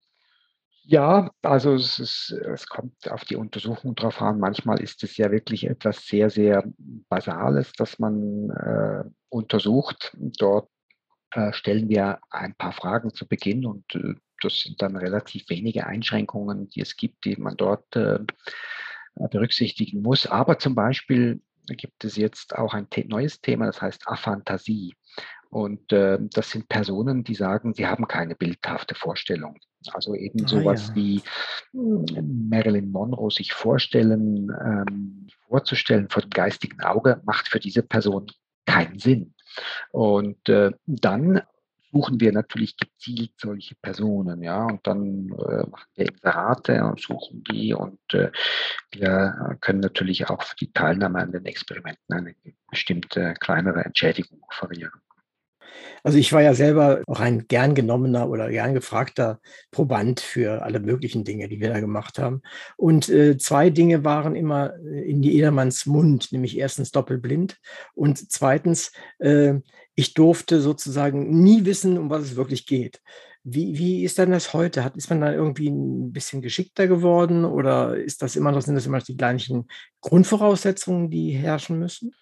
Ja, also es ist, es kommt auf die Untersuchung drauf an. Manchmal ist es ja wirklich etwas sehr, sehr Basales, das man äh, untersucht. Dort äh, stellen wir ein paar Fragen zu Beginn und äh, das sind dann relativ wenige Einschränkungen, die es gibt, die man dort äh, berücksichtigen muss. Aber zum Beispiel gibt es jetzt auch ein The neues Thema, das heißt Aphantasie. Und äh, das sind Personen, die sagen, sie haben keine bildhafte Vorstellung. Also eben Ah sowas ja. wie hm, Marilyn Monroe sich vorstellen, ähm, vorzustellen vor dem geistigen Auge, macht für diese Person keinen Sinn. Und äh, dann suchen wir natürlich gezielt solche Personen, ja, und dann äh, machen wir Inserate und suchen die und äh, wir können natürlich auch für die Teilnahme an den Experimenten eine bestimmte kleinere Entschädigung offerieren. Also ich war ja selber auch ein gern genommener oder gern gefragter Proband für alle möglichen Dinge, die wir da gemacht haben. Und äh, zwei Dinge waren immer äh, in jedermanns Mund, nämlich erstens doppelblind und zweitens, äh, ich durfte sozusagen nie wissen, um was es wirklich geht. Wie, wie ist denn das heute? Hat, ist man da irgendwie ein bisschen geschickter geworden oder ist das immer noch, sind das immer noch die gleichen Grundvoraussetzungen, die herrschen müssen?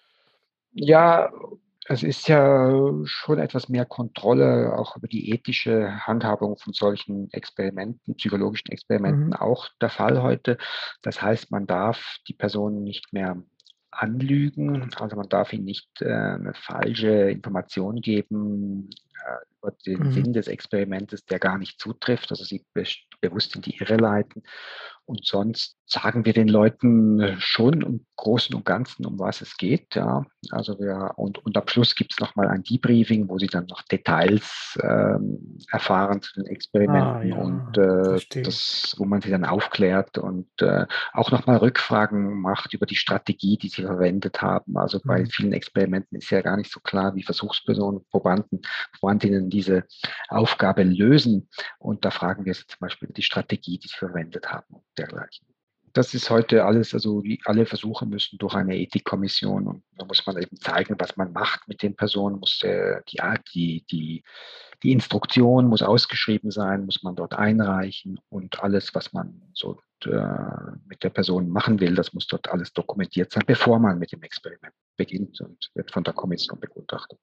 Ja, es ist ja schon etwas mehr Kontrolle auch über die ethische Handhabung von solchen Experimenten, psychologischen Experimenten Mhm. auch der Fall heute. Das heißt, man darf die Person nicht mehr anlügen, also man darf ihnen nicht äh, eine falsche Information geben äh, über den Mhm. Sinn des Experimentes, der gar nicht zutrifft, also sie be bewusst in die Irre leiten. Und sonst sagen wir den Leuten äh, schon im Großen und Ganzen, um was es geht. Ja. Also wir, und, und am Schluss gibt es nochmal ein Debriefing, wo sie dann noch Details ähm, erfahren zu den Ah Experimenten und ja, äh, verstehe. das, wo man sie dann aufklärt und äh, auch nochmal Rückfragen macht über die Strategie, die sie verwendet haben. Also bei Mhm. vielen Experimenten ist ja gar nicht so klar, wie Versuchspersonen, Probanden, Probandinnen diese Aufgabe lösen. Und da fragen wir sie zum Beispiel über die Strategie, die sie verwendet haben und dergleichen. Das ist heute alles, also die, alle Versuche müssen durch eine Ethikkommission und da muss man eben zeigen, was man macht mit den Personen, muss äh, die, die, die, die Instruktion muss ausgeschrieben sein, muss man dort einreichen und alles, was man so äh, mit der Person machen will, das muss dort alles dokumentiert sein, bevor man mit dem Experiment beginnt und wird von der Kommission begutachtet.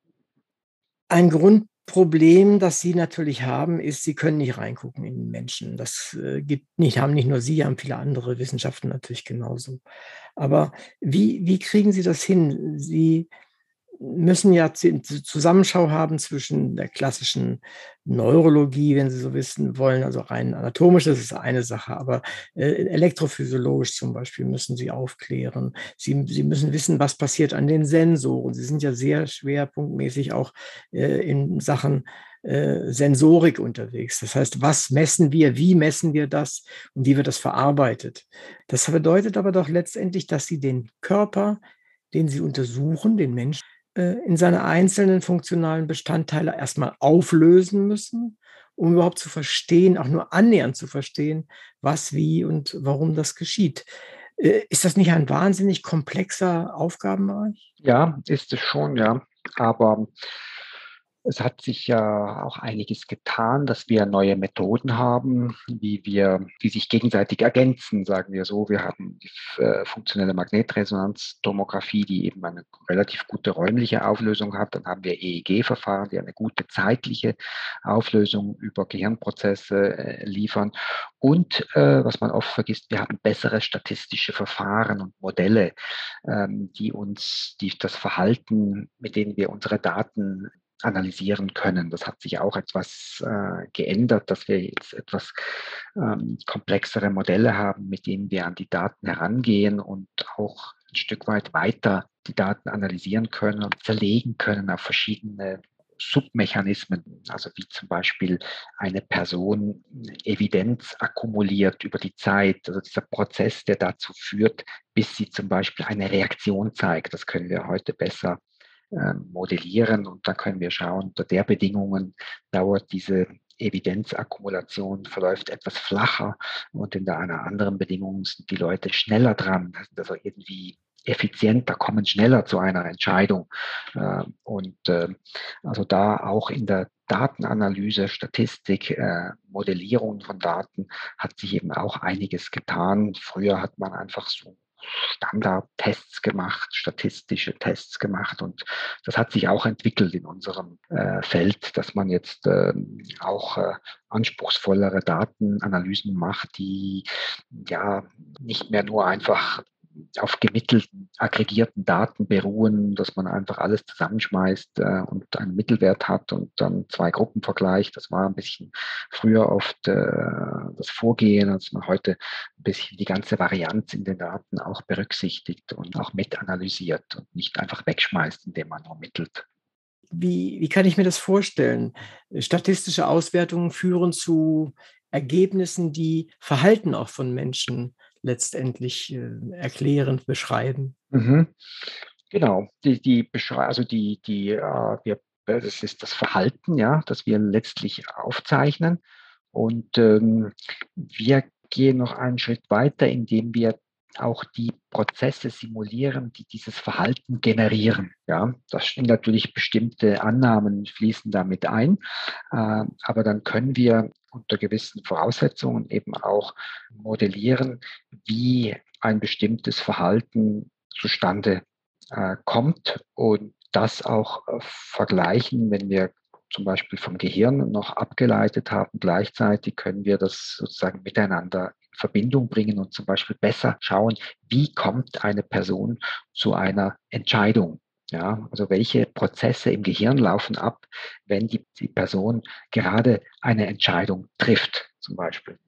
Ein Grundproblem, das Sie natürlich haben, ist, Sie können nicht reingucken in den Menschen. Das, äh, gibt nicht haben nicht nur Sie, haben viele andere Wissenschaften natürlich genauso. Aber wie wie kriegen Sie das hin? Sie müssen ja Z Zusammenschau haben zwischen der klassischen Neurologie, wenn Sie so wissen wollen, also rein anatomisch, das ist eine Sache, aber äh, elektrophysiologisch zum Beispiel müssen Sie aufklären. Sie Sie müssen wissen, was passiert an den Sensoren. Sie sind ja sehr schwerpunktmäßig auch äh, in Sachen äh, Sensorik unterwegs. Das heißt, was messen wir, wie messen wir das und wie wird das verarbeitet? Das bedeutet aber doch letztendlich, dass Sie den Körper, den Sie untersuchen, den Menschen, äh, in seine einzelnen funktionalen Bestandteile erstmal auflösen müssen, um überhaupt zu verstehen, auch nur annähernd zu verstehen, was, wie und warum das geschieht. Äh, ist das nicht ein wahnsinnig komplexer Aufgabenbereich? Ja, ist es schon, ja. Aber es hat sich ja auch einiges getan, dass wir neue Methoden haben, wie wir, die sich gegenseitig ergänzen, sagen wir so. Wir haben die äh, funktionelle Magnetresonanztomographie, die eben eine relativ gute räumliche Auflösung hat. Dann haben wir E E G-Verfahren, die eine gute zeitliche Auflösung über Gehirnprozesse äh, liefern. Und äh, was man oft vergisst, wir haben bessere statistische Verfahren und Modelle, ähm, die uns die, das Verhalten, mit denen wir unsere Daten analysieren können. Das hat sich auch etwas äh, geändert, dass wir jetzt etwas ähm, komplexere Modelle haben, mit denen wir an die Daten herangehen und auch ein Stück weit weiter die Daten analysieren können und zerlegen können auf verschiedene Submechanismen, also wie zum Beispiel eine Person Evidenz akkumuliert über die Zeit, also dieser Prozess, der dazu führt, bis sie zum Beispiel eine Reaktion zeigt. Das können wir heute besser ähm, modellieren und da können wir schauen, unter der Bedingungen dauert diese Evidenzakkumulation, verläuft etwas flacher und in einer anderen Bedingung sind die Leute schneller dran, also irgendwie effizienter, kommen schneller zu einer Entscheidung. Und also da auch in der Datenanalyse, Statistik, äh, Modellierung von Daten hat sich eben auch einiges getan. Früher hat man einfach so Standardtests gemacht, statistische Tests gemacht und das hat sich auch entwickelt in unserem äh, Feld, dass man jetzt äh, auch äh, anspruchsvollere Datenanalysen macht, die ja nicht mehr nur einfach auf gemittelten, aggregierten Daten beruhen, dass man einfach alles zusammenschmeißt äh, und einen Mittelwert hat und dann zwei Gruppen vergleicht. Das war ein bisschen früher oft äh, das Vorgehen, als man heute ein bisschen die ganze Varianz in den Daten auch berücksichtigt und auch mit analysiert und nicht einfach wegschmeißt, indem man nur mittelt. Wie wie kann ich mir das vorstellen? Statistische Auswertungen führen zu Ergebnissen, die Verhalten auch von Menschen letztendlich, äh, erklären, beschreiben. Mhm. Genau, die, die, also die, die, äh, wir das ist das Verhalten, ja, das wir letztlich aufzeichnen. Und ähm, wir gehen noch einen Schritt weiter, indem wir auch die Prozesse simulieren, die dieses Verhalten generieren. Ja, das sind natürlich bestimmte Annahmen fließen damit ein, äh, aber dann können wir unter gewissen Voraussetzungen eben auch modellieren, wie ein bestimmtes Verhalten zustande äh, kommt und das auch äh, vergleichen, wenn wir zum Beispiel vom Gehirn noch abgeleitet haben. Gleichzeitig können wir das sozusagen miteinander in Verbindung bringen und zum Beispiel besser schauen, wie kommt eine Person zu einer Entscheidung. Ja, also welche Prozesse im Gehirn laufen ab, wenn die, die Person gerade eine Entscheidung trifft, zum Beispiel.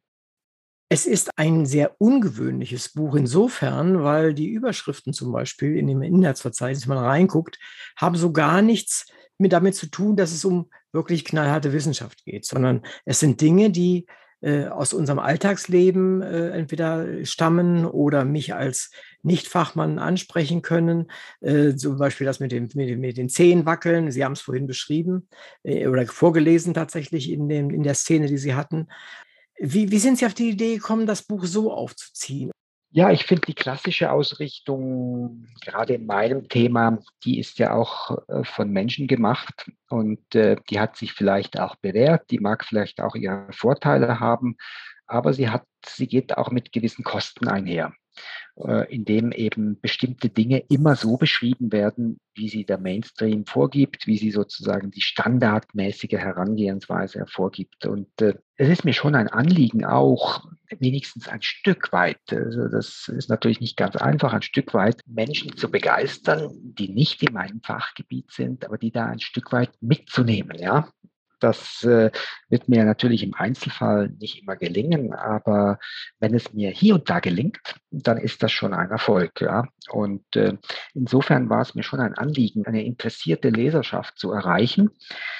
Es ist ein sehr ungewöhnliches Buch insofern, weil die Überschriften zum Beispiel in dem Inhaltsverzeichnis, wenn man reinguckt, haben so gar nichts mit damit zu tun, dass es um wirklich knallharte Wissenschaft geht, sondern es sind Dinge, die äh, aus unserem Alltagsleben äh, entweder stammen oder mich als Nichtfachmann ansprechen können. Äh, zum Beispiel das mit, dem, mit, dem, mit den Zehen wackeln. Sie haben es vorhin beschrieben äh, oder vorgelesen tatsächlich in, dem, in der Szene, die Sie hatten. Wie, wie sind Sie auf die Idee gekommen, das Buch so aufzuziehen? Ja, ich finde die klassische Ausrichtung, gerade in meinem Thema, die ist ja auch äh, von Menschen gemacht und äh, die hat sich vielleicht auch bewährt, die mag vielleicht auch ihre Vorteile haben, aber sie hat, sie geht auch mit gewissen Kosten einher, äh, indem eben bestimmte Dinge immer so beschrieben werden, wie sie der Mainstream vorgibt, wie sie sozusagen die standardmäßige Herangehensweise hervorgibt. Und äh, es ist mir schon ein Anliegen, auch wenigstens ein Stück weit, also das ist natürlich nicht ganz einfach, ein Stück weit Menschen zu begeistern, die nicht in meinem Fachgebiet sind, aber die da ein Stück weit mitzunehmen, ja. Das äh, wird mir natürlich im Einzelfall nicht immer gelingen, aber wenn es mir hier und da gelingt, dann ist das schon ein Erfolg, ja. Und äh, insofern war es mir schon ein Anliegen, eine interessierte Leserschaft zu erreichen,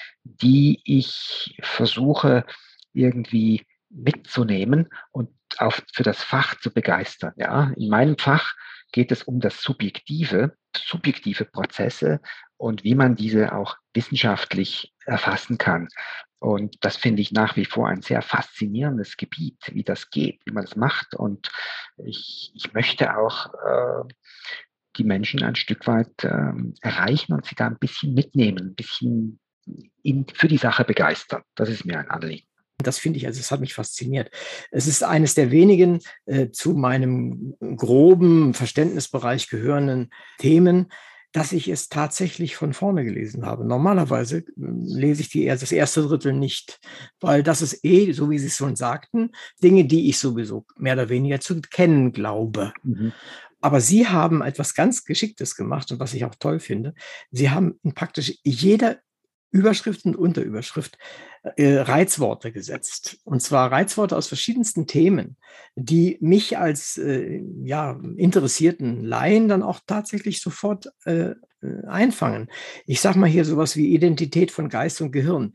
die ich versuche irgendwie mitzunehmen und auch für das Fach zu begeistern. Ja, in meinem Fach geht es um das Subjektive, subjektive Prozesse und wie man diese auch wissenschaftlich erfassen kann. Und das finde ich nach wie vor ein sehr faszinierendes Gebiet, wie das geht, wie man das macht. Und ich, ich möchte auch äh, die Menschen ein Stück weit äh, erreichen und sie da ein bisschen mitnehmen, ein bisschen in, für die Sache begeistern. Das ist mir ein Anliegen. Das finde ich, also es hat mich fasziniert. Es ist eines der wenigen äh, zu meinem groben Verständnisbereich gehörenden Themen, dass ich es tatsächlich von vorne gelesen habe. Normalerweise äh, lese ich die, das erste Drittel nicht, weil das ist eh, so wie Sie es schon sagten, Dinge, die ich sowieso mehr oder weniger zu kennen glaube. Mhm. Aber Sie haben etwas ganz Geschicktes gemacht und was ich auch toll finde. Sie haben in praktisch jeder Überschrift und Unterüberschrift äh, Reizworte gesetzt. Und zwar Reizworte aus verschiedensten Themen, die mich als äh, ja, interessierten Laien dann auch tatsächlich sofort äh, einfangen. Ich sage mal hier sowas wie Identität von Geist und Gehirn.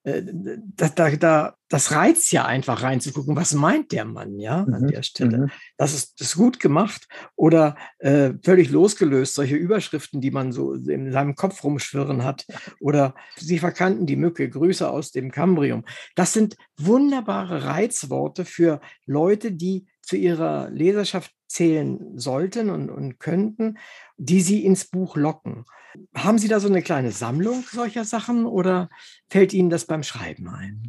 Da, da, da, das reizt ja einfach reinzugucken, was meint der Mann, ja, an mhm. der Stelle. Mhm. Das ist, das ist gut gemacht oder äh, völlig losgelöst, solche Überschriften, die man so in seinem Kopf rumschwirren hat oder Sie verkannten die Mücke, Grüße aus dem Kambrium. Das sind wunderbare Reizworte für Leute, die zu ihrer Leserschaft zählen sollten und, und könnten, die Sie ins Buch locken. Haben Sie da so eine kleine Sammlung solcher Sachen oder fällt Ihnen das beim Schreiben ein?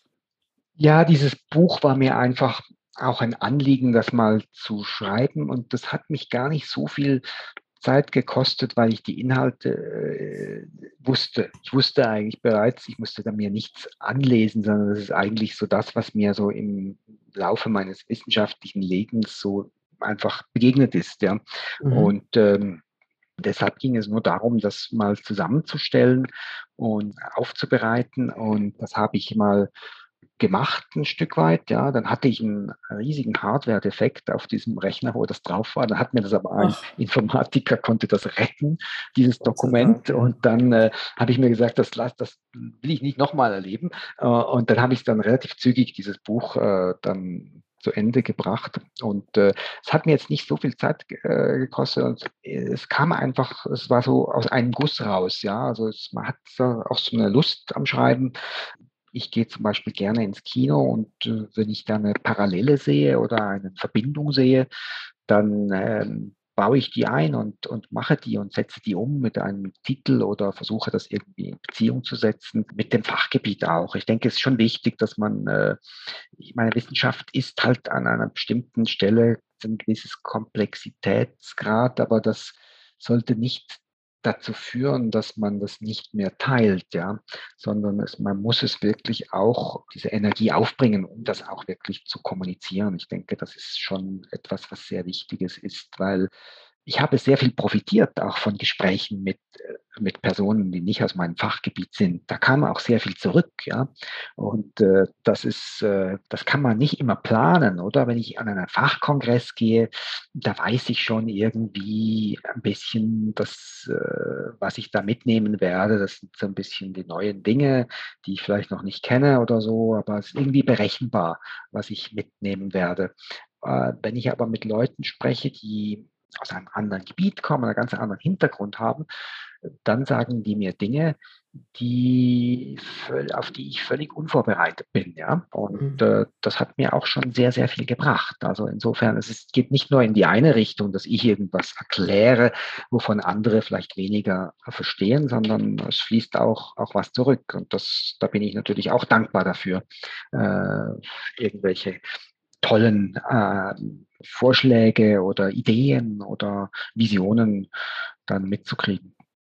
Ja, dieses Buch war mir einfach auch ein Anliegen, das mal zu schreiben. Und das hat mich gar nicht so viel Zeit gekostet, weil ich die Inhalte äh, wusste. Ich wusste eigentlich bereits, ich musste da mir nichts anlesen, sondern das ist eigentlich so das, was mir so im Laufe meines wissenschaftlichen Lebens so einfach begegnet ist. Ja. Mhm. Und ähm, deshalb ging es nur darum, das mal zusammenzustellen und aufzubereiten. Und das habe ich mal gemacht ein Stück weit, ja, dann hatte ich einen riesigen Hardware-Defekt auf diesem Rechner, wo das drauf war, dann hat mir das aber ein Ach. Informatiker, konnte das retten, dieses Dokument, Dank, ja. Und dann äh, habe ich mir gesagt, das, das will ich nicht nochmal erleben, äh, und dann habe ich dann relativ zügig dieses Buch äh, dann zu Ende gebracht. Und äh, es hat mir jetzt nicht so viel Zeit äh, gekostet. Und es kam einfach, es war so aus einem Guss raus. Ja, also es, man hat so, auch so eine Lust am Schreiben. Ich gehe zum Beispiel gerne ins Kino und äh, wenn ich da eine Parallele sehe oder eine Verbindung sehe, dann ähm, baue ich die ein und, und mache die und setze die um mit einem Titel oder versuche das irgendwie in Beziehung zu setzen, mit dem Fachgebiet auch. Ich denke, es ist schon wichtig, dass man, äh, ich meine, Wissenschaft ist halt an einer bestimmten Stelle ein gewisses Komplexitätsgrad, aber das sollte nicht dazu führen, dass man das nicht mehr teilt, ja, sondern es, man muss es wirklich auch, diese Energie aufbringen, um das auch wirklich zu kommunizieren. Ich denke, das ist schon etwas, was sehr Wichtiges ist, weil ich habe sehr viel profitiert, auch von Gesprächen mit, mit Personen, die nicht aus meinem Fachgebiet sind. Da kam auch sehr viel zurück, ja. Und äh, das ist, äh, das kann man nicht immer planen, oder? Wenn ich an einen Fachkongress gehe, da weiß ich schon irgendwie ein bisschen, das, äh, was ich da mitnehmen werde. Das sind so ein bisschen die neuen Dinge, die ich vielleicht noch nicht kenne oder so, aber es ist irgendwie berechenbar, was ich mitnehmen werde. Äh, wenn ich aber mit Leuten spreche, die aus einem anderen Gebiet kommen, einen ganz anderen Hintergrund haben, dann sagen die mir Dinge, die, auf die ich völlig unvorbereitet bin. Ja? Und äh, das hat mir auch schon sehr, sehr viel gebracht. Also insofern, es ist, geht nicht nur in die eine Richtung, dass ich irgendwas erkläre, wovon andere vielleicht weniger verstehen, sondern es fließt auch, auch was zurück. Und das, da bin ich natürlich auch dankbar dafür, äh, irgendwelche tollen äh, Vorschläge oder Ideen oder Visionen dann mitzukriegen.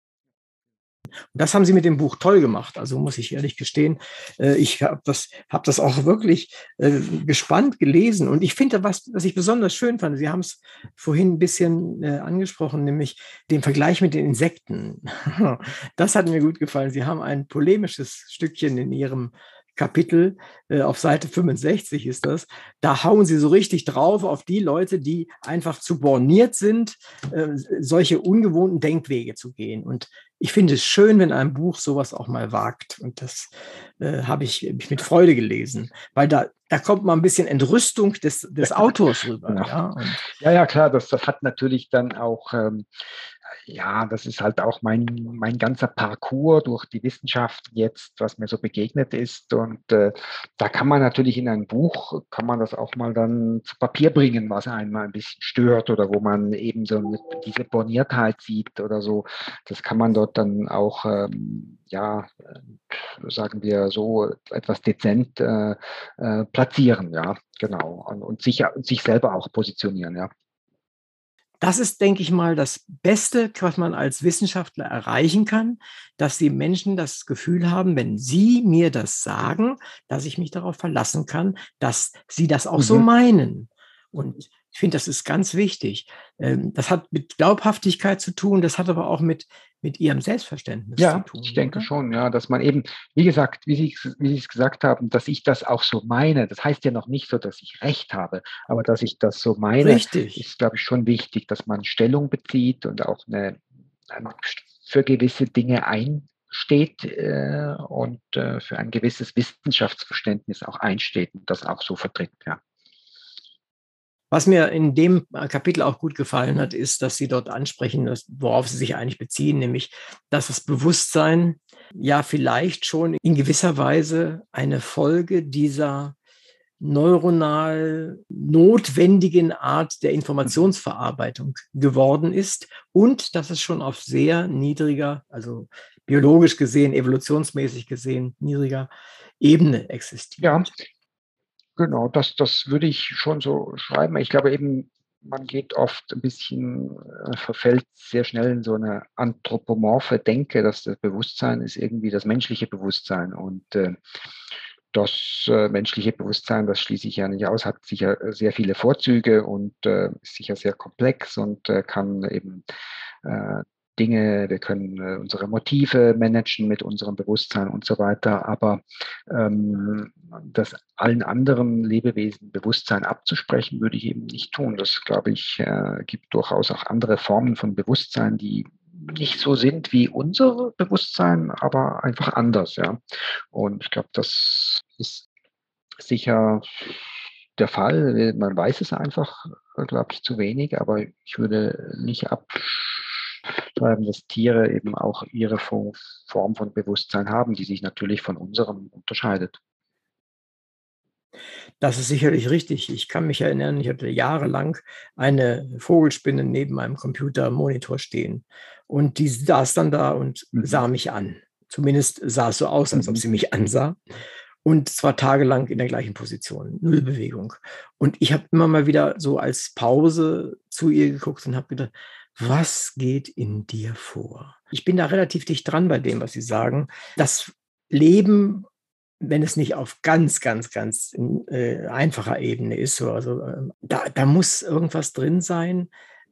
Das haben Sie mit dem Buch toll gemacht. Also muss ich ehrlich gestehen, äh, ich habe das, hab das auch wirklich äh, gespannt gelesen. Und ich finde, was, was ich besonders schön fand, Sie haben es vorhin ein bisschen äh, angesprochen, nämlich den Vergleich mit den Insekten. Das hat mir gut gefallen. Sie haben ein polemisches Stückchen in Ihrem Kapitel, äh, auf Seite fünfundsechzig ist das, da hauen sie so richtig drauf auf die Leute, die einfach zu borniert sind, äh, solche ungewohnten Denkwege zu gehen. Und ich finde es schön, wenn ein Buch sowas auch mal wagt. Und das äh, habe ich, hab ich mit Freude gelesen, weil da, da kommt mal ein bisschen Entrüstung des, des Autors rüber. Ja. Ja, und ja, ja, klar, das, das hat natürlich dann auch, ähm, ja, das ist halt auch mein, mein ganzer Parcours durch die Wissenschaft jetzt, was mir so begegnet ist. Und äh, da kann man natürlich in ein Buch, kann man das auch mal dann zu Papier bringen, was einen mal ein bisschen stört oder wo man eben so diese Borniertheit sieht oder so. Das kann man dort dann auch, ähm, ja, sagen wir so, etwas dezent äh, äh, platzieren, ja, genau. Und, und sich, sich selber auch positionieren, ja. das ist, denke ich mal, das Beste, was man als Wissenschaftler erreichen kann, dass die Menschen das Gefühl haben, wenn sie mir das sagen, dass ich mich darauf verlassen kann, dass sie das auch mhm. so meinen. Und ich finde, das ist ganz wichtig. Das hat mit Glaubhaftigkeit zu tun, das hat aber auch mit, mit ihrem Selbstverständnis ja, zu tun. Ja, ich denke oder? schon, ja, dass man eben, wie gesagt, wie Sie, wie Sie es gesagt haben, dass ich das auch so meine. Das heißt ja noch nicht so, dass ich recht habe, aber dass ich das so meine, Richtig. ist, glaube ich, schon wichtig, dass man Stellung bezieht und auch eine, eine für gewisse Dinge einsteht äh, und äh, für ein gewisses Wissenschaftsverständnis auch einsteht und das auch so vertritt, ja. Was mir in dem Kapitel auch gut gefallen hat, ist, dass Sie dort ansprechen, worauf Sie sich eigentlich beziehen, nämlich, dass das Bewusstsein ja vielleicht schon in gewisser Weise eine Folge dieser neuronal notwendigen Art der Informationsverarbeitung geworden ist und dass es schon auf sehr niedriger, also biologisch gesehen, evolutionsmäßig gesehen, niedriger Ebene existiert. Ja. Genau, das, das würde ich schon so schreiben. Ich glaube eben, man geht oft ein bisschen, äh, verfällt sehr schnell in so eine anthropomorphe Denke, dass das Bewusstsein ist irgendwie das menschliche Bewusstsein. Und äh, das äh, menschliche Bewusstsein, das schließe ich ja nicht aus, hat sicher sehr viele Vorzüge und äh, ist sicher sehr komplex und äh, kann eben äh, Dinge, wir können äh, unsere Motive managen mit unserem Bewusstsein und so weiter, aber ähm, das allen anderen Lebewesen Bewusstsein abzusprechen, würde ich eben nicht tun. Das, glaube ich, äh, gibt durchaus auch andere Formen von Bewusstsein, die nicht so sind wie unser Bewusstsein, aber einfach anders, ja. Und ich glaube, das ist sicher der Fall. Man weiß es einfach, glaube ich, zu wenig, aber ich würde nicht abschreiben, dass Tiere eben auch ihre Form von Bewusstsein haben, die sich natürlich von unserem unterscheidet. Das ist sicherlich richtig. Ich kann mich erinnern, ich hatte jahrelang eine Vogelspinne neben meinem Computermonitor stehen und die saß dann da und Mhm. sah mich an. Zumindest sah es so aus, als ob Mhm. sie mich ansah. Und zwar tagelang in der gleichen Position, null Bewegung. Und ich habe immer mal wieder so als Pause zu ihr geguckt und habe gedacht, was geht in dir vor? Ich bin da relativ dicht dran bei dem, was Sie sagen. Das Leben, wenn es nicht auf ganz, ganz, ganz äh, einfacher Ebene ist, so, also äh, da, da muss irgendwas drin sein,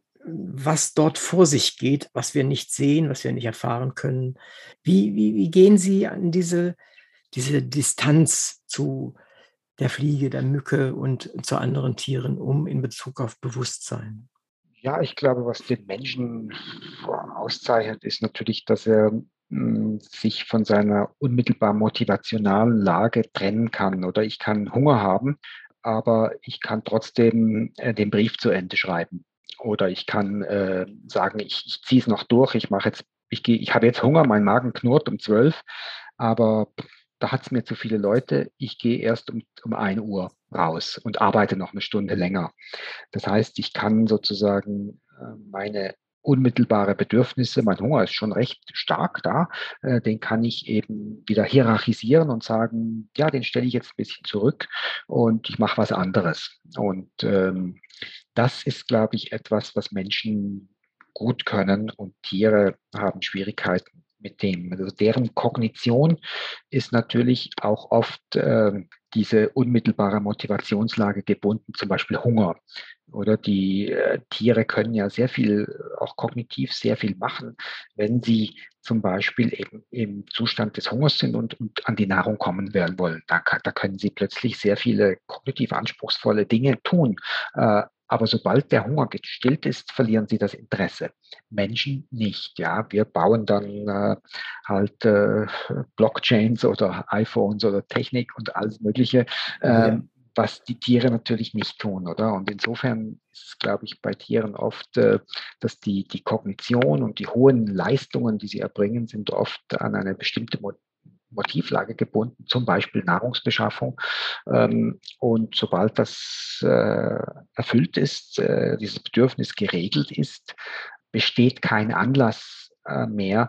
was dort vor sich geht, was wir nicht sehen, was wir nicht erfahren können. Wie, wie, wie gehen Sie an diese diese Distanz zu der Fliege, der Mücke und zu anderen Tieren um in Bezug auf Bewusstsein? Ja, ich glaube, was den Menschen auszeichnet, ist natürlich, dass er mh, sich von seiner unmittelbar motivationalen Lage trennen kann. Oder ich kann Hunger haben, aber ich kann trotzdem äh, den Brief zu Ende schreiben. Oder ich kann äh, sagen, ich, ich ziehe es noch durch, ich mache jetzt, ich gehe, ich habe jetzt Hunger, mein Magen knurrt um zwölf, aber da hat es mir zu viele Leute, ich gehe erst um, um ein Uhr raus und arbeite noch eine Stunde länger. Das heißt, ich kann sozusagen äh, meine unmittelbare Bedürfnisse, mein Hunger ist schon recht stark da, äh, den kann ich eben wieder hierarchisieren und sagen, ja, den stelle ich jetzt ein bisschen zurück und ich mache was anderes. Und ähm, das ist, glaube ich, etwas, was Menschen gut können und Tiere haben Schwierigkeiten mit dem. Also deren Kognition ist natürlich auch oft äh, diese unmittelbare Motivationslage gebunden, zum Beispiel Hunger. Oder die äh, Tiere können ja sehr viel, auch kognitiv sehr viel machen, wenn sie zum Beispiel eben im Zustand des Hungers sind und, und an die Nahrung kommen werden wollen. Da, da können sie plötzlich sehr viele kognitiv anspruchsvolle Dinge tun. Äh, aber sobald der Hunger gestillt ist, verlieren sie das Interesse. Menschen nicht. Ja, wir bauen dann äh, halt äh, Blockchains oder iPhones oder Technik und alles Mögliche, ähm, ja. was die Tiere natürlich nicht tun, oder? Und insofern ist es, glaube ich, bei Tieren oft, äh, dass die, die Kognition und die hohen Leistungen, die sie erbringen, sind oft an eine bestimmte Motivlage gebunden, zum Beispiel Nahrungsbeschaffung. Ähm, und sobald das äh, erfüllt ist, äh, dieses Bedürfnis geregelt ist, besteht kein Anlass äh, mehr,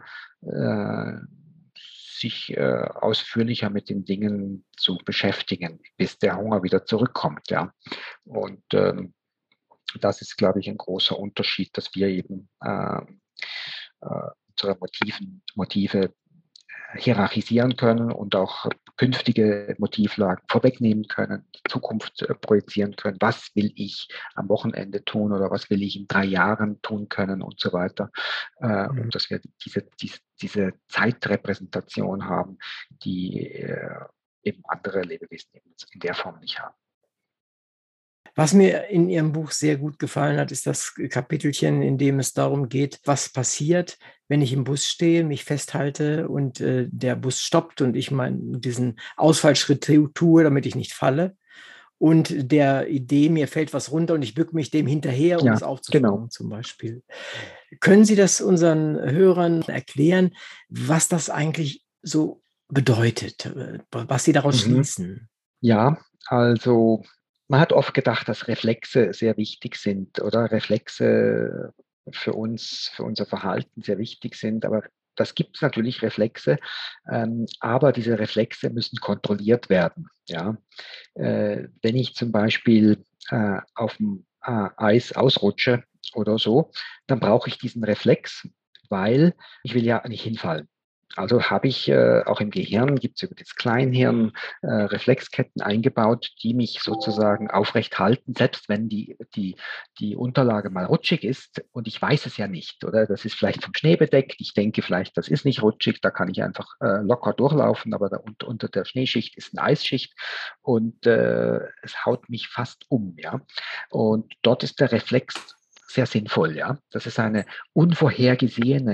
äh, sich äh, ausführlicher mit den Dingen zu beschäftigen, bis der Hunger wieder zurückkommt. Ja. Und ähm, das ist, glaube ich, ein großer Unterschied, dass wir eben äh, äh, unsere Motiven, Motive hierarchisieren können und auch künftige Motivlagen vorwegnehmen können, die Zukunft äh, projizieren können. Was will ich am Wochenende tun oder was will ich in drei Jahren tun können und so weiter. Äh, mhm. Und dass wir diese, diese, diese Zeitrepräsentation haben, die äh, eben andere Lebewesen eben in der Form nicht haben. Was mir in Ihrem Buch sehr gut gefallen hat, ist das Kapitelchen, in dem es darum geht, was passiert, wenn ich im Bus stehe, mich festhalte und äh, der Bus stoppt und ich meinen diesen Ausfallschritt tue, damit ich nicht falle. Und der Idee, mir fällt was runter und ich bücke mich dem hinterher, um ja, es aufzufangen, genau. zum Beispiel. Können Sie das unseren Hörern erklären, was das eigentlich so bedeutet, was Sie daraus mhm. schließen? Ja, also man hat oft gedacht, dass Reflexe sehr wichtig sind oder Reflexe für uns, für unser Verhalten sehr wichtig sind. Aber das gibt es natürlich Reflexe, ähm, aber diese Reflexe müssen kontrolliert werden. Ja? Äh, wenn ich zum Beispiel äh, auf dem äh, Eis ausrutsche oder so, dann brauche ich diesen Reflex, weil ich will ja nicht hinfallen. Also habe ich äh, auch im Gehirn, gibt es über das Kleinhirn äh, Reflexketten eingebaut, die mich sozusagen aufrecht halten, selbst wenn die, die, die Unterlage mal rutschig ist und ich weiß es ja nicht, oder? Das ist vielleicht vom Schnee bedeckt, ich denke vielleicht, das ist nicht rutschig, da kann ich einfach äh, locker durchlaufen, aber da unter, unter der Schneeschicht ist eine Eisschicht und äh, es haut mich fast um, ja. Und dort ist der Reflex sehr sinnvoll, ja. Das ist eine unvorhergesehene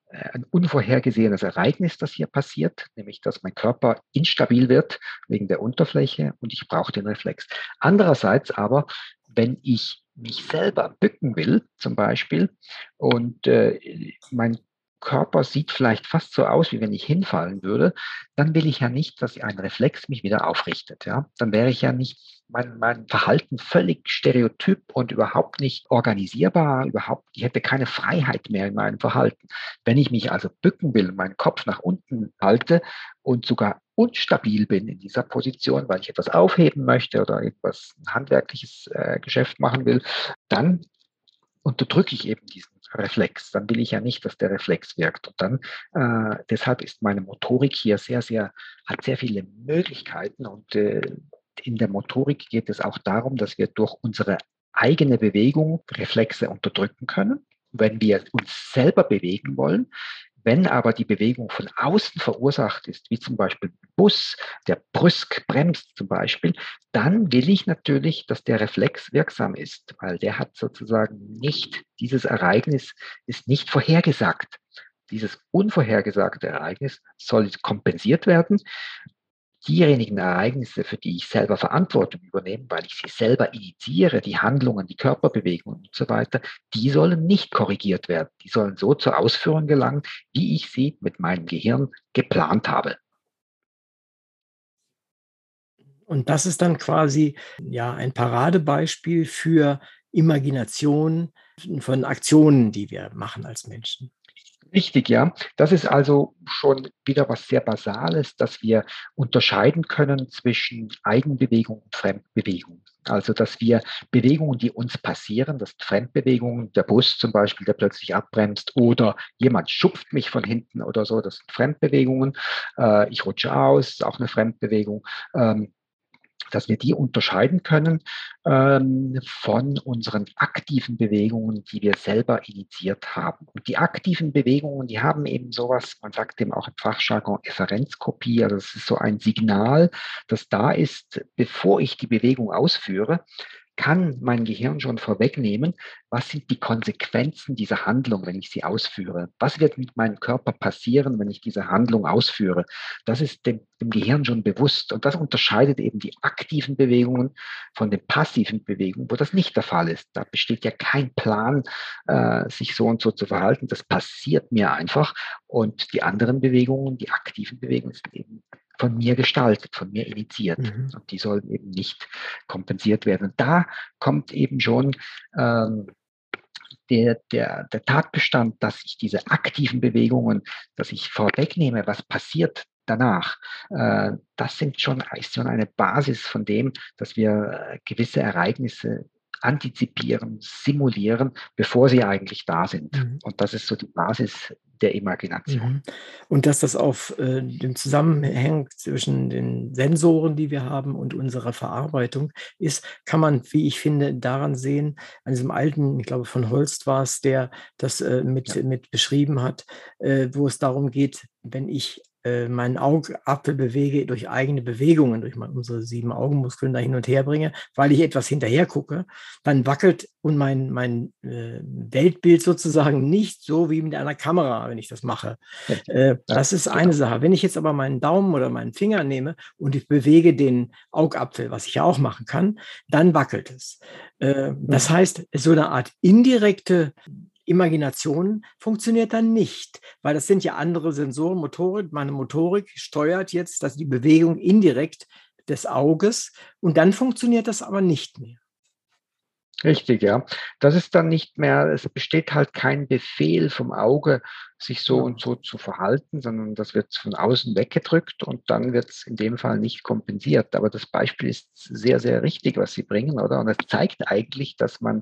ein unvorhergesehenes Ereignis, das hier passiert, nämlich dass mein Körper instabil wird wegen der Unterfläche und ich brauche den Reflex. Andererseits aber, wenn ich mich selber bücken will, zum Beispiel, und äh, mein Körper sieht vielleicht fast so aus, wie wenn ich hinfallen würde, dann will ich ja nicht, dass ein Reflex mich wieder aufrichtet. Ja? Dann wäre ich ja nicht, mein, mein Verhalten völlig stereotyp und überhaupt nicht organisierbar, überhaupt, ich hätte keine Freiheit mehr in meinem Verhalten. Wenn ich mich also bücken will, meinen Kopf nach unten halte und sogar unstabil bin in dieser Position, weil ich etwas aufheben möchte oder etwas ein handwerkliches äh, Geschäft machen will, dann unterdrücke ich eben diesen Reflex. Dann will ich ja nicht, dass der Reflex wirkt. Und dann, äh, deshalb ist meine Motorik hier sehr, sehr, hat sehr viele Möglichkeiten. Und äh, in der Motorik geht es auch darum, dass wir durch unsere eigene Bewegung Reflexe unterdrücken können. Wenn wir uns selber bewegen wollen, wenn aber die Bewegung von außen verursacht ist, wie zum Beispiel ein Bus, der brüsk bremst zum Beispiel, dann will ich natürlich, dass der Reflex wirksam ist, weil der hat sozusagen nicht, dieses Ereignis ist nicht vorhergesagt. Dieses unvorhergesagte Ereignis soll kompensiert werden. Diejenigen Ereignisse, für die ich selber Verantwortung übernehme, weil ich sie selber initiiere, die Handlungen, die Körperbewegungen und so weiter, die sollen nicht korrigiert werden. Die sollen so zur Ausführung gelangen, wie ich sie mit meinem Gehirn geplant habe. Und das ist dann quasi ja ein Paradebeispiel für Imagination von Aktionen, die wir machen als Menschen. Richtig, ja. Das ist also schon wieder was sehr Basales, dass wir unterscheiden können zwischen Eigenbewegung und Fremdbewegung. Also, dass wir Bewegungen, die uns passieren, das sind Fremdbewegungen, der Bus zum Beispiel, der plötzlich abbremst oder jemand schupft mich von hinten oder so, das sind Fremdbewegungen. Äh, ich rutsche aus, ist auch eine Fremdbewegung. Ähm, dass wir die unterscheiden können ähm, von unseren aktiven Bewegungen, die wir selber initiiert haben. Und die aktiven Bewegungen, die haben eben sowas, man sagt dem auch im Fachjargon Efferenzkopie, also es ist so ein Signal, das da ist, bevor ich die Bewegung ausführe, kann mein Gehirn schon vorwegnehmen, was sind die Konsequenzen dieser Handlung, wenn ich sie ausführe? Was wird mit meinem Körper passieren, wenn ich diese Handlung ausführe? Das ist dem, dem Gehirn schon bewusst. Und das unterscheidet eben die aktiven Bewegungen von den passiven Bewegungen, wo das nicht der Fall ist. Da besteht ja kein Plan, äh, sich so und so zu verhalten. Das passiert mir einfach. Und die anderen Bewegungen, die aktiven Bewegungen, sind eben von mir gestaltet, von mir initiiert. Mhm. Und die sollen eben nicht kompensiert werden. Und da kommt eben schon ähm, der, der, der Tatbestand, dass ich diese aktiven Bewegungen, dass ich vorwegnehme, was passiert danach. Äh, das sind schon, ist schon eine Basis von dem, dass wir gewisse Ereignisse antizipieren, simulieren, bevor sie eigentlich da sind. Mhm. Und das ist so die Basis der Imagination. Mhm. Und dass das auf äh, dem Zusammenhang zwischen den Sensoren, die wir haben, und unserer Verarbeitung ist, kann man, wie ich finde, daran sehen, an diesem alten, ich glaube von Holst war es, der das äh, mit, ja. mit beschrieben hat, äh, wo es darum geht, wenn ich meinen Augapfel bewege durch eigene Bewegungen, durch unsere sieben Augenmuskeln da hin und her bringe, weil ich etwas hinterher gucke, dann wackelt und mein, mein äh, Weltbild sozusagen nicht so wie mit einer Kamera, wenn ich das mache. Äh, das ist eine Sache. Wenn ich jetzt aber meinen Daumen oder meinen Finger nehme und ich bewege den Augapfel, was ich ja auch machen kann, dann wackelt es. Äh, das heißt, so eine Art indirekte Imagination funktioniert dann nicht, weil das sind ja andere Sensoren, Motorik. Meine Motorik steuert jetzt das, die Bewegung indirekt des Auges und dann funktioniert das aber nicht mehr. Richtig, ja. Das ist dann nicht mehr, es besteht halt kein Befehl vom Auge, sich so ja. und so zu verhalten, sondern das wird von außen weggedrückt und dann wird es in dem Fall nicht kompensiert. Aber das Beispiel ist sehr, sehr richtig, was Sie bringen, oder? Und es zeigt eigentlich, dass man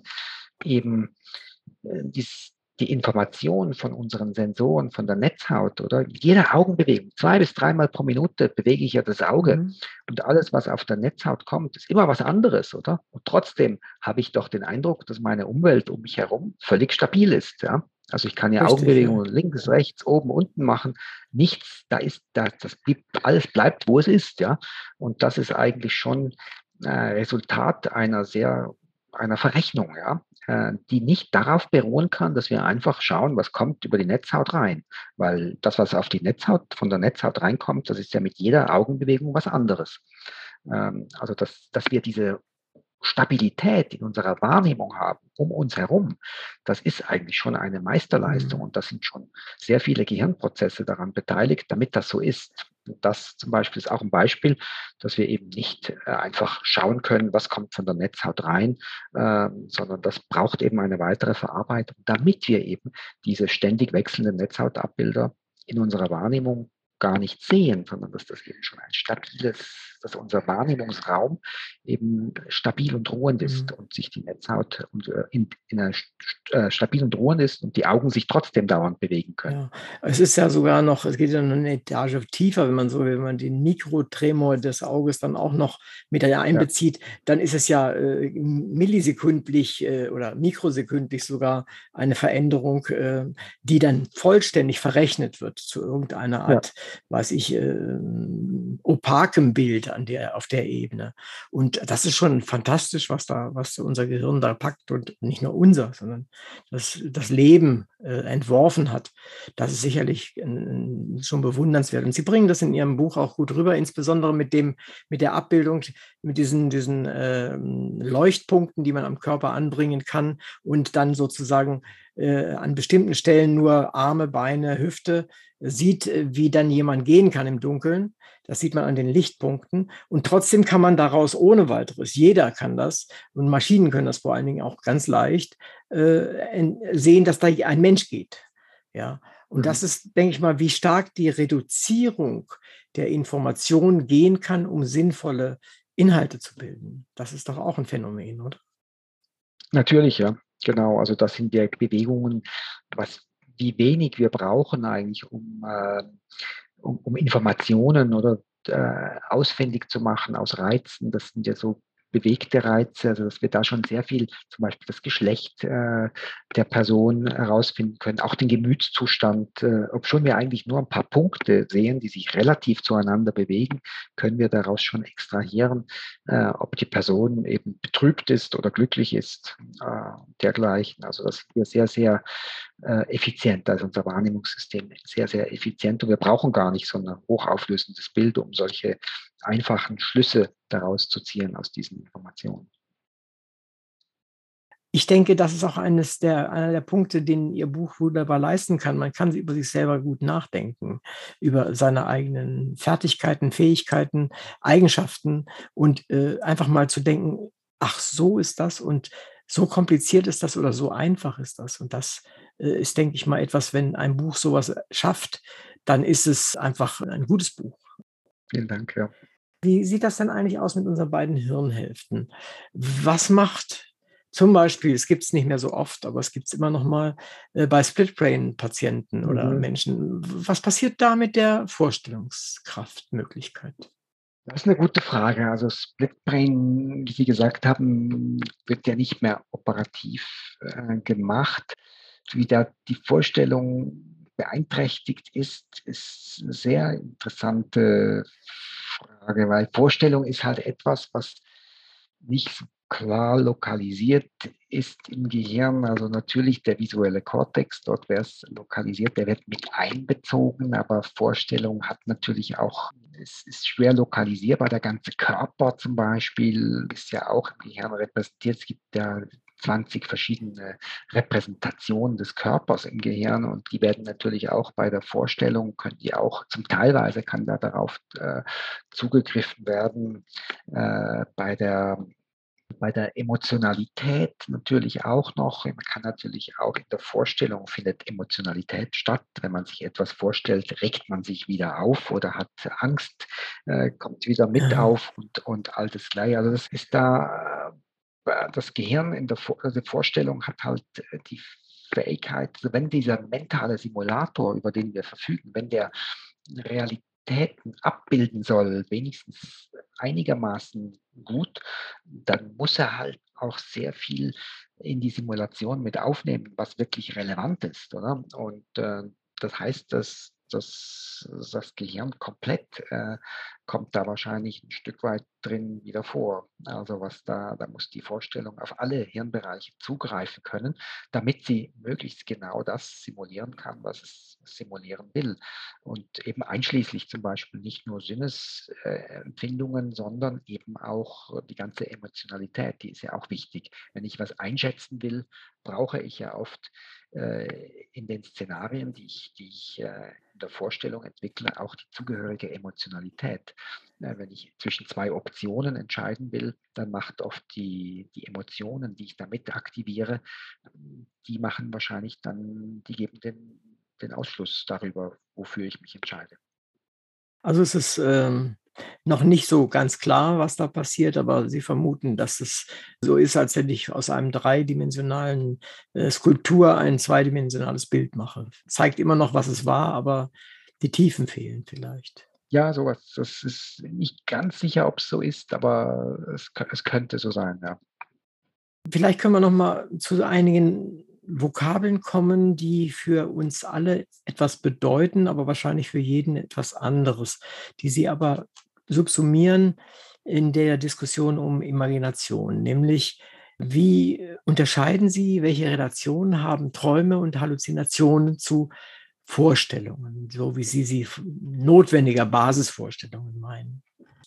eben Die, die Information von unseren Sensoren, von der Netzhaut, oder jede Augenbewegung, zwei bis dreimal pro Minute bewege ich ja das Auge. Mhm. Und alles, was auf der Netzhaut kommt, ist immer was anderes, oder? Und trotzdem habe ich doch den Eindruck, dass meine Umwelt um mich herum völlig stabil ist, ja. Also ich kann ja Richtig, Augenbewegungen ja. links, rechts, oben, unten machen. Nichts, da ist, da, das blieb, alles bleibt, wo es ist, ja. Und das ist eigentlich schon äh, Resultat einer sehr einer Verrechnung, ja, äh, die nicht darauf beruhen kann, dass wir einfach schauen, was kommt über die Netzhaut rein. Weil das, was auf die Netzhaut, von der Netzhaut reinkommt, das ist ja mit jeder Augenbewegung was anderes. Ähm, also, dass, dass wir diese Stabilität in unserer Wahrnehmung haben, um uns herum, das ist eigentlich schon eine Meisterleistung Mhm. und da sind schon sehr viele Gehirnprozesse daran beteiligt, damit das so ist. Und das zum Beispiel ist auch ein Beispiel, dass wir eben nicht äh, einfach schauen können, was kommt von der Netzhaut rein, äh, sondern das braucht eben eine weitere Verarbeitung, damit wir eben diese ständig wechselnden Netzhautabbilder in unserer Wahrnehmung gar nicht sehen, sondern dass das eben schon ein stabiles, dass unser Wahrnehmungsraum eben stabil und ruhend ist Mhm. und sich die Netzhaut und, äh, in, in einer st äh, stabil und ruhend ist und die Augen sich trotzdem dauernd bewegen können. Ja, es ist ja sogar noch, es geht ja noch eine Etage tiefer, wenn man so will, wenn man den Mikrotremor des Auges dann auch noch mit Ja, einbezieht, dann ist es ja äh, millisekündlich äh, oder mikrosekündlich sogar eine Veränderung, äh, die dann vollständig verrechnet wird zu irgendeiner ja, Art, weiß ich, äh, opakem Bild an der, auf der Ebene. Und das ist schon fantastisch, was da, was unser Gehirn da packt und nicht nur unser, sondern das, das Leben äh, entworfen hat. Das ist sicherlich äh, schon bewundernswert. Und Sie bringen das in Ihrem Buch auch gut rüber, insbesondere mit dem, mit der Abbildung, mit diesen, diesen äh, Leuchtpunkten, die man am Körper anbringen kann und dann sozusagen äh, an bestimmten Stellen nur Arme, Beine, Hüfte sieht, äh, wie dann jemand gehen kann im Dunkeln. Das sieht man an den Lichtpunkten. Und trotzdem kann man daraus ohne weiteres, jeder kann das, und Maschinen können das vor allen Dingen auch ganz leicht, äh, sehen, dass da ein Mensch geht. Ja, und mhm. das ist, denke ich mal, wie stark die Reduzierung der Information gehen kann, um sinnvolle Inhalte zu bilden. Das ist doch auch ein Phänomen, oder? Natürlich, ja, genau. Also das sind ja Bewegungen, was, wie wenig wir brauchen eigentlich, um, äh, um, um Informationen oder äh, ausfindig zu machen aus Reizen. Das sind ja so bewegte Reize, also dass wir da schon sehr viel, zum Beispiel das Geschlecht äh, der Person herausfinden können, auch den Gemütszustand. Äh, obschon wir eigentlich nur ein paar Punkte sehen, die sich relativ zueinander bewegen, können wir daraus schon extrahieren, äh, ob die Person eben betrübt ist oder glücklich ist, äh, dergleichen. Also das ist sehr, sehr äh, effizient. Also unser Wahrnehmungssystem ist sehr, sehr effizient und wir brauchen gar nicht so ein hochauflösendes Bild, um solche einfachen Schlüsse daraus zu ziehen aus diesen Informationen. Ich denke, das ist auch eines der, einer der Punkte, den Ihr Buch wunderbar leisten kann. Man kann über sich selber gut nachdenken, über seine eigenen Fertigkeiten, Fähigkeiten, Eigenschaften und äh, einfach mal zu denken, ach, so ist das und so kompliziert ist das oder so einfach ist das. Und das äh, ist, denke ich mal, etwas, wenn ein Buch sowas schafft, dann ist es einfach ein gutes Buch. Vielen Dank, ja. Wie sieht das denn eigentlich aus mit unseren beiden Hirnhälften? Was macht zum Beispiel, es gibt es nicht mehr so oft, aber es gibt es immer noch mal äh, bei Split-Brain-Patienten oder Mhm. Menschen. Was passiert da mit der Vorstellungskraftmöglichkeit? Das ist eine gute Frage. Also Split Brain, wie Sie gesagt haben, wird ja nicht mehr operativ äh, gemacht. Wie da die Vorstellung beeinträchtigt ist, ist eine sehr interessante Frage, weil Vorstellung ist halt etwas, was nicht so klar lokalisiert ist im Gehirn. Also natürlich der visuelle Kortex, dort wäre es lokalisiert, der wird mit einbezogen, aber Vorstellung hat natürlich auch, es ist schwer lokalisierbar. Der ganze Körper zum Beispiel ist ja auch im Gehirn repräsentiert. Es gibt ja zwanzig verschiedene Repräsentationen des Körpers im Gehirn und die werden natürlich auch bei der Vorstellung, können die auch, zum Teilweise kann da darauf äh, zugegriffen werden, äh, bei der bei der Emotionalität natürlich auch noch. Man kann natürlich auch in der Vorstellung findet Emotionalität statt. Wenn man sich etwas vorstellt, regt man sich wieder auf oder hat Angst, äh, kommt wieder mit Ja. auf und, und all das Gleiche. Also das ist da, äh, das Gehirn in der, Vor also Vorstellung hat halt äh, die Fähigkeit, also wenn dieser mentale Simulator, über den wir verfügen, wenn der Realitäten abbilden soll, wenigstens einigermaßen gut, dann muss er halt auch sehr viel in die Simulation mit aufnehmen, was wirklich relevant ist, oder? Und äh, das heißt, dass das, das Gehirn komplett äh, kommt da wahrscheinlich ein Stück weit drin wieder vor. Also was da, da muss die Vorstellung auf alle Hirnbereiche zugreifen können, damit sie möglichst genau das simulieren kann, was es simulieren will. Und eben einschließlich zum Beispiel nicht nur Sinnesempfindungen, sondern eben auch die ganze Emotionalität, die ist ja auch wichtig. Wenn ich was einschätzen will, brauche ich ja oft äh, in den Szenarien, die ich, die ich äh, in der Vorstellung entwickle, auch die zugehörige Emotionalität. Äh, wenn ich zwischen zwei Optionen entscheiden will, dann macht oft die, die Emotionen, die ich damit aktiviere, die machen wahrscheinlich dann, die geben den, den Ausschluss darüber, wofür ich mich entscheide. Also es ist ähm, noch nicht so ganz klar, was da passiert, aber Sie vermuten, dass es so ist, als wenn ich aus einem dreidimensionalen äh, Skulptur ein zweidimensionales Bild mache. Zeigt immer noch, was es war, aber die Tiefen fehlen vielleicht. Ja, sowas, das ist nicht ganz sicher, ob es so ist, aber es, es könnte so sein, ja. Vielleicht können wir noch mal zu einigen Vokabeln kommen, die für uns alle etwas bedeuten, aber wahrscheinlich für jeden etwas anderes, die Sie aber subsumieren in der Diskussion um Imagination, nämlich wie unterscheiden Sie, welche Relation haben Träume und Halluzinationen zu Vorstellungen, so wie Sie sie notwendiger Basisvorstellungen meinen?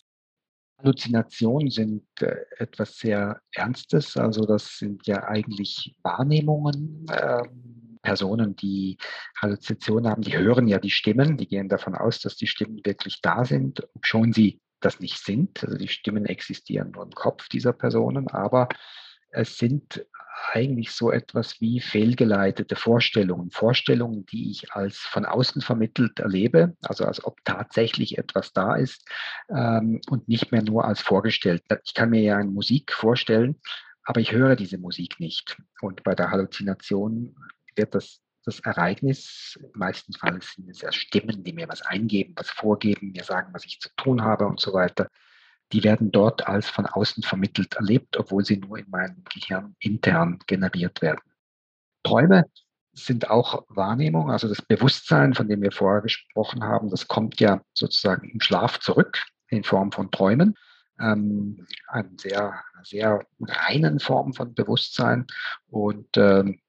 Halluzinationen sind äh, etwas sehr Ernstes. Also das sind ja eigentlich Wahrnehmungen. Ähm, Personen, die Halluzinationen haben, die hören ja die Stimmen, die gehen davon aus, dass die Stimmen wirklich da sind, obschon sie das nicht sind. Also die Stimmen existieren nur im Kopf dieser Personen, aber es sind eigentlich so etwas wie fehlgeleitete Vorstellungen. Vorstellungen, die ich als von außen vermittelt erlebe, also als ob tatsächlich etwas da ist ähm, und nicht mehr nur als vorgestellt. Ich kann mir ja eine Musik vorstellen, aber ich höre diese Musik nicht. Und bei der Halluzination wird das das Ereignis, meistens sind es ja Stimmen, die mir was eingeben, was vorgeben, mir sagen, was ich zu tun habe und so weiter, die werden dort als von außen vermittelt erlebt, obwohl sie nur in meinem Gehirn intern generiert werden. Träume sind auch Wahrnehmung, also das Bewusstsein, von dem wir vorher gesprochen haben, das kommt ja sozusagen im Schlaf zurück in Form von Träumen, ähm, eine sehr, sehr reinen Form von Bewusstsein und ähm,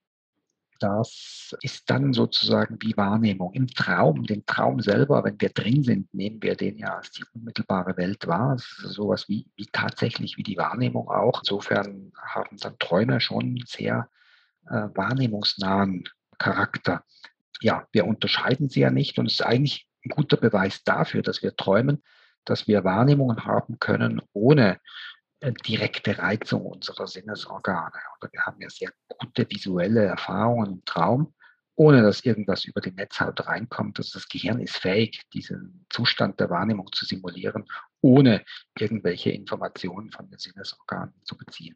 das ist dann sozusagen wie Wahrnehmung im Traum. Den Traum selber, wenn wir drin sind, nehmen wir den ja als die unmittelbare Welt wahr. Das ist sowas wie, wie tatsächlich wie die Wahrnehmung auch. Insofern haben dann Träume schon sehr äh, wahrnehmungsnahen Charakter. Ja, wir unterscheiden sie ja nicht und es ist eigentlich ein guter Beweis dafür, dass wir träumen, dass wir Wahrnehmungen haben können, ohne direkte Reizung unserer Sinnesorgane. Oder wir haben ja sehr gute visuelle Erfahrungen im Traum, ohne dass irgendwas über die Netzhaut reinkommt. Also das Gehirn ist fähig, diesen Zustand der Wahrnehmung zu simulieren, ohne irgendwelche Informationen von den Sinnesorganen zu beziehen.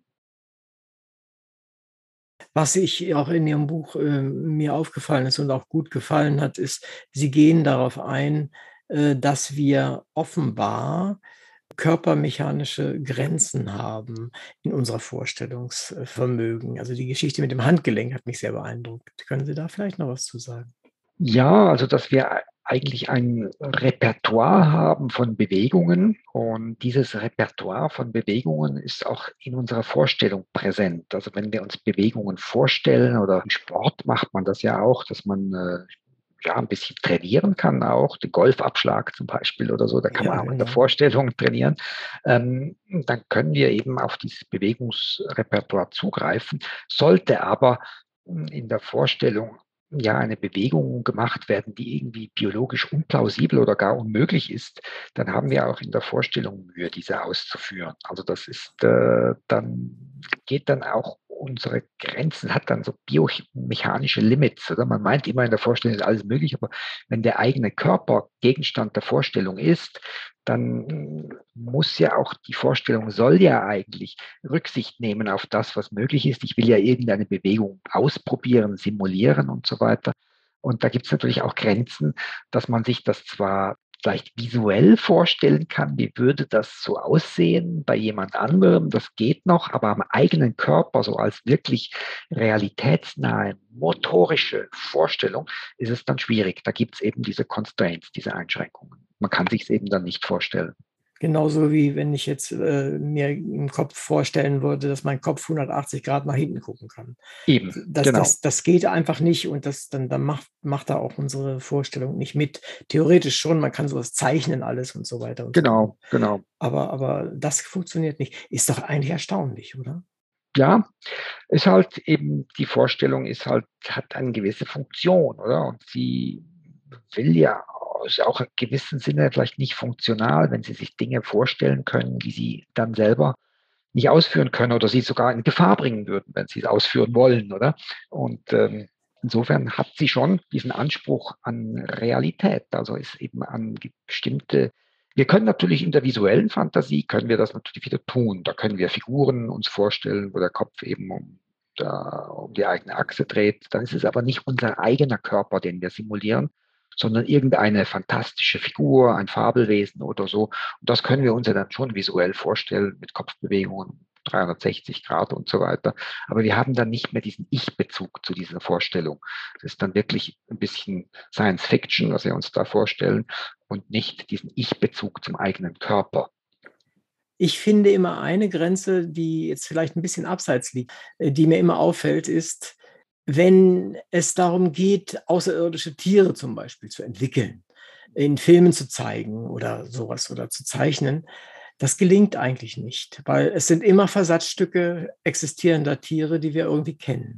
Was ich auch in Ihrem Buch äh, mir aufgefallen ist und auch gut gefallen hat, ist, Sie gehen darauf ein, äh, dass wir offenbar körpermechanische Grenzen haben in unserer Vorstellungsvermögen. Also die Geschichte mit dem Handgelenk hat mich sehr beeindruckt. Können Sie da vielleicht noch was zu sagen? Ja, also dass wir eigentlich ein Repertoire haben von Bewegungen und dieses Repertoire von Bewegungen ist auch in unserer Vorstellung präsent. Also wenn wir uns Bewegungen vorstellen oder im Sport macht man das ja auch, dass man äh, ja ein bisschen trainieren kann auch, den Golfabschlag zum Beispiel oder so, da kann man Ja, auch in der genau. Vorstellung trainieren. Ähm, dann können wir eben auf dieses Bewegungsrepertoire zugreifen, sollte aber in der Vorstellung ja eine Bewegung gemacht werden, die irgendwie biologisch unplausibel oder gar unmöglich ist, dann haben wir auch in der Vorstellung Mühe, diese auszuführen. Also das ist äh, dann geht dann auch unsere Grenzen, hat dann so biomechanische Limits. Oder? Man meint immer in der Vorstellung ist alles möglich, aber wenn der eigene Körper Gegenstand der Vorstellung ist, dann muss ja auch die Vorstellung, soll ja eigentlich Rücksicht nehmen auf das, was möglich ist. Ich will ja irgendeine Bewegung ausprobieren, simulieren und so weiter. Und da gibt es natürlich auch Grenzen, dass man sich das zwar vielleicht visuell vorstellen kann, wie würde das so aussehen bei jemand anderem, das geht noch, aber am eigenen Körper, so als wirklich realitätsnahe, motorische Vorstellung, ist es dann schwierig. Da gibt es eben diese Constraints, diese Einschränkungen. Man kann sich es eben dann nicht vorstellen. Genauso wie wenn ich jetzt äh, mir im Kopf vorstellen würde, dass mein Kopf hundertachtzig Grad nach hinten gucken kann. Eben, Das, genau. das, das geht einfach nicht und das, dann, dann macht, macht da auch unsere Vorstellung nicht mit. Theoretisch schon, man kann sowas zeichnen alles und so weiter. Und Genau, so. genau. Aber, aber das funktioniert nicht. Ist doch eigentlich erstaunlich, oder? Ja, ist halt eben, die Vorstellung ist halt, hat eine gewisse Funktion, oder? Und sie will ja, ist auch in gewissem Sinne vielleicht nicht funktional, wenn sie sich Dinge vorstellen können, die sie dann selber nicht ausführen können oder sie sogar in Gefahr bringen würden, wenn sie es ausführen wollen, oder? Und ähm, insofern hat sie schon diesen Anspruch an Realität, also ist eben an bestimmte. Wir können natürlich in der visuellen Fantasie, können wir das natürlich wieder tun. Da können wir Figuren uns vorstellen, wo der Kopf eben um, da, um die eigene Achse dreht. Dann ist es aber nicht unser eigener Körper, den wir simulieren, sondern irgendeine fantastische Figur, ein Fabelwesen oder so. Und das können wir uns ja dann schon visuell vorstellen mit Kopfbewegungen, dreihundertsechzig Grad und so weiter. Aber wir haben dann nicht mehr diesen Ich-Bezug zu dieser Vorstellung. Das ist dann wirklich ein bisschen Science Fiction, was wir uns da vorstellen, und nicht diesen Ich-Bezug zum eigenen Körper. Ich finde immer eine Grenze, die jetzt vielleicht ein bisschen abseits liegt, die mir immer auffällt, ist, wenn es darum geht, außerirdische Tiere zum Beispiel zu entwickeln, in Filmen zu zeigen oder sowas oder zu zeichnen. Das gelingt eigentlich nicht, weil es sind immer Versatzstücke existierender Tiere, die wir irgendwie kennen.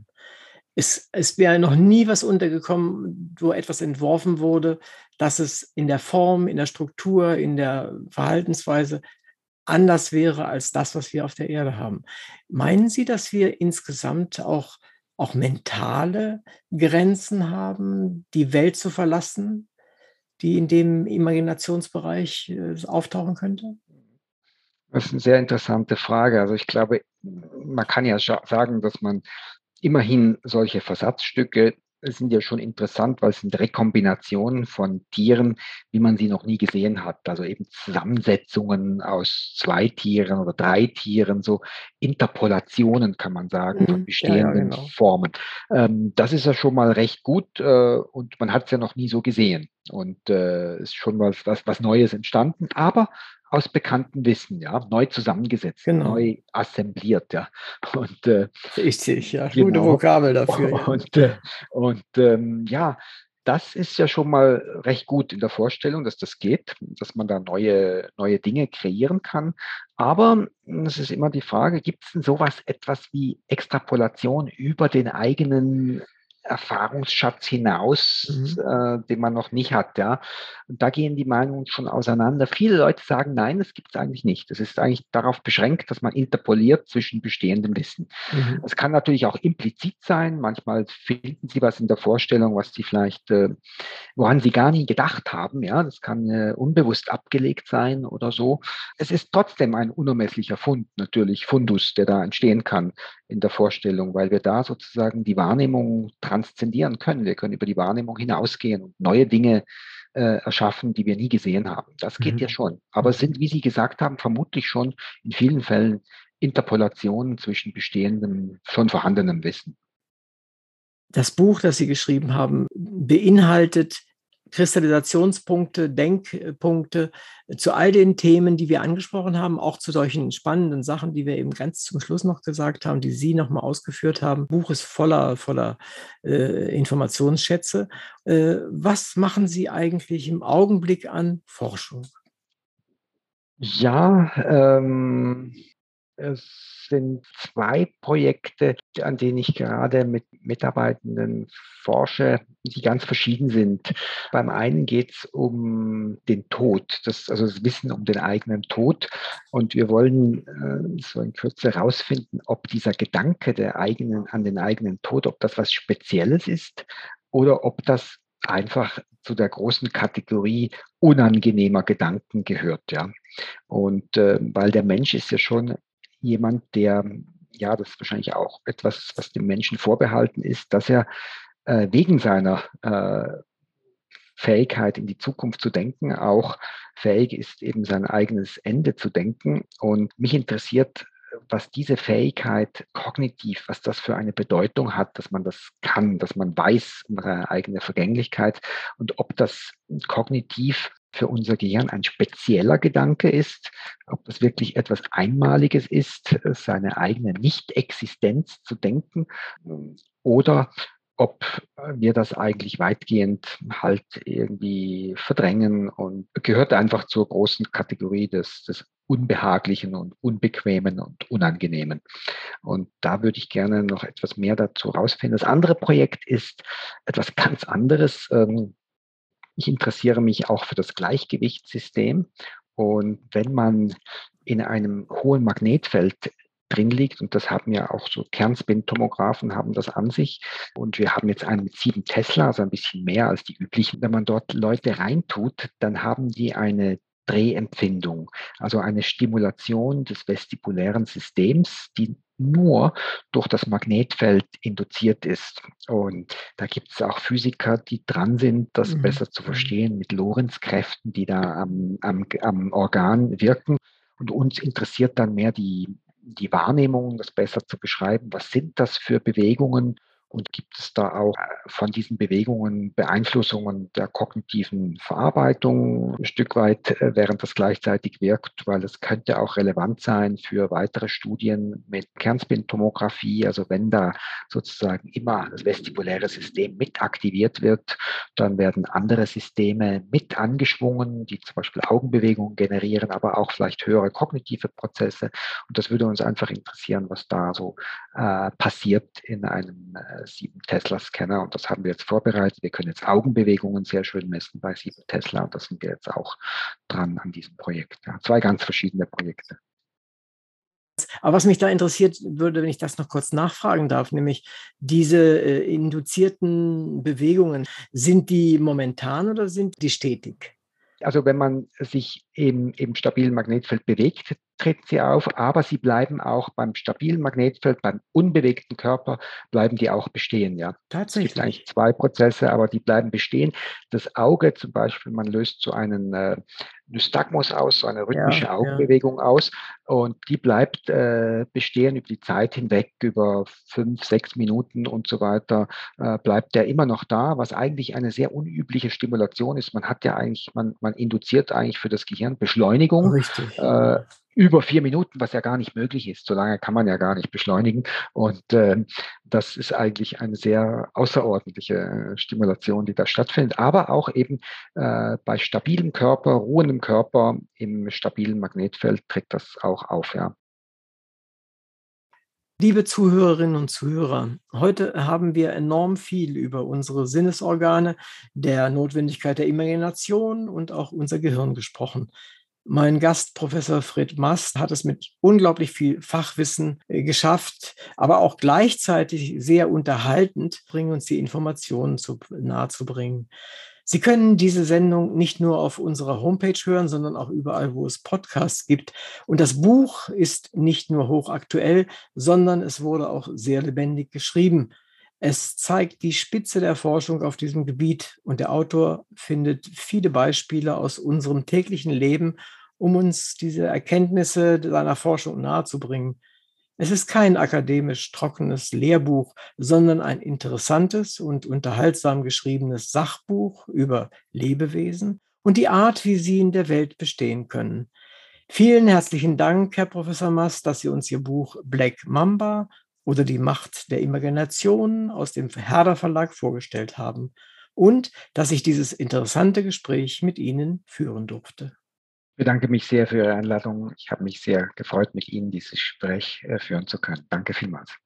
Es, es wäre noch nie was untergekommen, wo etwas entworfen wurde, dass es in der Form, in der Struktur, in der Verhaltensweise anders wäre als das, was wir auf der Erde haben. Meinen Sie, dass wir insgesamt auch, auch mentale Grenzen haben, die Welt zu verlassen, die in dem Imaginationsbereich äh, auftauchen könnte? Das ist eine sehr interessante Frage. Also ich glaube, man kann ja sagen, dass man immerhin solche Versatzstücke sind ja schon interessant, weil es sind Rekombinationen von Tieren, wie man sie noch nie gesehen hat. Also eben Zusammensetzungen aus zwei Tieren oder drei Tieren, so Interpolationen kann man sagen, von Mhm. Ja, ja, bestehenden genau. Formen. Ähm, das ist ja schon mal recht gut äh, und man hat es ja noch nie so gesehen. Und äh, ist schon was, was, was Neues entstanden, aber aus bekanntem Wissen, ja, neu zusammengesetzt, Genau. neu assembliert, ja. Und äh, Richtig, ja. Gute genau. Vokabel dafür, ja. Und, äh, und ähm, ja, das ist ja schon mal recht gut in der Vorstellung, dass das geht, dass man da neue, neue Dinge kreieren kann. Aber es ist immer die Frage, gibt es denn sowas etwas wie Extrapolation über den eigenen Erfahrungsschatz hinaus, Mhm. äh, den man noch nicht hat, ja. Und da gehen die Meinungen schon auseinander. Viele Leute sagen, nein, das gibt es eigentlich nicht. Das ist eigentlich darauf beschränkt, dass man interpoliert zwischen bestehendem Wissen. Mhm. Es kann natürlich auch implizit sein. Manchmal finden Sie was in der Vorstellung, was Sie vielleicht, äh, woran Sie gar nie gedacht haben. Ja, das kann äh, unbewusst abgelegt sein oder so. Es ist trotzdem ein unermesslicher Fund, natürlich Fundus, der da entstehen kann in der Vorstellung, weil wir da sozusagen die Wahrnehmung transzendieren können. Wir können über die Wahrnehmung hinausgehen und neue Dinge äh, erschaffen, die wir nie gesehen haben. Das geht ja Mhm. schon. Aber es sind, wie Sie gesagt haben, vermutlich schon in vielen Fällen Interpolationen zwischen bestehendem, schon vorhandenem Wissen. Das Buch, das Sie geschrieben haben, beinhaltet Kristallisationspunkte, Denkpunkte zu all den Themen, die wir angesprochen haben, auch zu solchen spannenden Sachen, die wir eben ganz zum Schluss noch gesagt haben, die Sie nochmal ausgeführt haben. Das Buch ist voller, voller äh, Informationsschätze. Äh, was machen Sie eigentlich im Augenblick an Forschung? Ja, ähm, es sind zwei Projekte, an denen ich gerade mit Mitarbeitenden forsche, die ganz verschieden sind. Beim einen geht es um den Tod, das, also das Wissen um den eigenen Tod. Und wir wollen äh, so in Kürze herausfinden, ob dieser Gedanke der eigenen, an den eigenen Tod, ob das was Spezielles ist oder ob das einfach zu der großen Kategorie unangenehmer Gedanken gehört, ja. Und äh, weil der Mensch ist ja schon jemand, der, ja, das ist wahrscheinlich auch etwas, was dem Menschen vorbehalten ist, dass er äh, wegen seiner äh, Fähigkeit, in die Zukunft zu denken, auch fähig ist, eben sein eigenes Ende zu denken. Und mich interessiert, was diese Fähigkeit kognitiv, was das für eine Bedeutung hat, dass man das kann, dass man weiß um seine eigene Vergänglichkeit und ob das kognitiv für unser Gehirn ein spezieller Gedanke ist, ob das wirklich etwas Einmaliges ist, seine eigene Nicht-Existenz zu denken, oder ob wir das eigentlich weitgehend halt irgendwie verdrängen und gehört einfach zur großen Kategorie des, des Unbehaglichen und Unbequemen und Unangenehmen. Und da würde ich gerne noch etwas mehr dazu rausfinden. Das andere Projekt ist etwas ganz anderes. Ich interessiere mich auch für das Gleichgewichtssystem. Und wenn man in einem hohen Magnetfeld drin liegt, und das haben ja auch so Kernspintomographen haben das an sich, und wir haben jetzt einen mit sieben Tesla, also ein bisschen mehr als die üblichen. Wenn man dort Leute reintut, dann haben die eine Drehempfindung, also eine Stimulation des vestibulären Systems, die nur durch das Magnetfeld induziert ist. Und da gibt es auch Physiker, die dran sind, das mhm. besser zu verstehen mit Lorentzkräften, die da am, am, am Organ wirken. Und uns interessiert dann mehr die, die Wahrnehmung, das besser zu beschreiben. Was sind das für Bewegungen? Und gibt es da auch von diesen Bewegungen Beeinflussungen der kognitiven Verarbeitung ein Stück weit, während das gleichzeitig wirkt, weil es könnte auch relevant sein für weitere Studien mit Kernspintomographie. Also wenn da sozusagen immer das vestibuläre System mit aktiviert wird, dann werden andere Systeme mit angeschwungen, die zum Beispiel Augenbewegungen generieren, aber auch vielleicht höhere kognitive Prozesse. Und das würde uns einfach interessieren, was da so äh, passiert in einem äh, sieben Tesla-Scanner, und das haben wir jetzt vorbereitet. Wir können jetzt Augenbewegungen sehr schön messen bei sieben Tesla, und da sind wir jetzt auch dran an diesem Projekt. Ja, zwei ganz verschiedene Projekte. Aber was mich da interessiert würde, wenn ich das noch kurz nachfragen darf, nämlich diese äh, induzierten Bewegungen, sind die momentan oder sind die stetig? Also wenn man sich im, im stabilen Magnetfeld bewegt, treten sie auf, aber sie bleiben auch beim stabilen Magnetfeld, beim unbewegten Körper, bleiben die auch bestehen. Ja. Tatsächlich. Es gibt eigentlich zwei Prozesse, aber die bleiben bestehen. Das Auge zum Beispiel, man löst so einen äh, Nystagmus aus, so eine rhythmische ja, Augenbewegung ja. aus, und die bleibt äh, bestehen über die Zeit hinweg, über fünf, sechs Minuten und so weiter, äh, bleibt der immer noch da, was eigentlich eine sehr unübliche Stimulation ist. Man hat ja eigentlich, man, man induziert eigentlich für das Gehirn Beschleunigung. Richtig. Äh, über vier Minuten, was ja gar nicht möglich ist. So lange kann man ja gar nicht beschleunigen. Und äh, das ist eigentlich eine sehr außerordentliche Stimulation, die da stattfindet. Aber auch eben äh, bei stabilem Körper, ruhendem Körper, im stabilen Magnetfeld tritt das auch auf, ja. Liebe Zuhörerinnen und Zuhörer, heute haben wir enorm viel über unsere Sinnesorgane, der Notwendigkeit der Imagination und auch unser Gehirn gesprochen. Mein Gast, Professor Fred Mast, hat es mit unglaublich viel Fachwissen äh, geschafft, aber auch gleichzeitig sehr unterhaltend, bringen uns die Informationen zu, nahe zu bringen. Sie können diese Sendung nicht nur auf unserer Homepage hören, sondern auch überall, wo es Podcasts gibt. Und das Buch ist nicht nur hochaktuell, sondern es wurde auch sehr lebendig geschrieben. Es zeigt die Spitze der Forschung auf diesem Gebiet, und der Autor findet viele Beispiele aus unserem täglichen Leben, um uns diese Erkenntnisse seiner Forschung nahezubringen. Es ist kein akademisch trockenes Lehrbuch, sondern ein interessantes und unterhaltsam geschriebenes Sachbuch über Lebewesen und die Art, wie sie in der Welt bestehen können. Vielen herzlichen Dank, Herr Professor Mast, dass Sie uns Ihr Buch Black Mamba oder die Macht der Imagination aus dem Herder Verlag vorgestellt haben und dass ich dieses interessante Gespräch mit Ihnen führen durfte. Ich bedanke mich sehr für Ihre Einladung. Ich habe mich sehr gefreut, mit Ihnen dieses Gespräch führen zu können. Danke vielmals.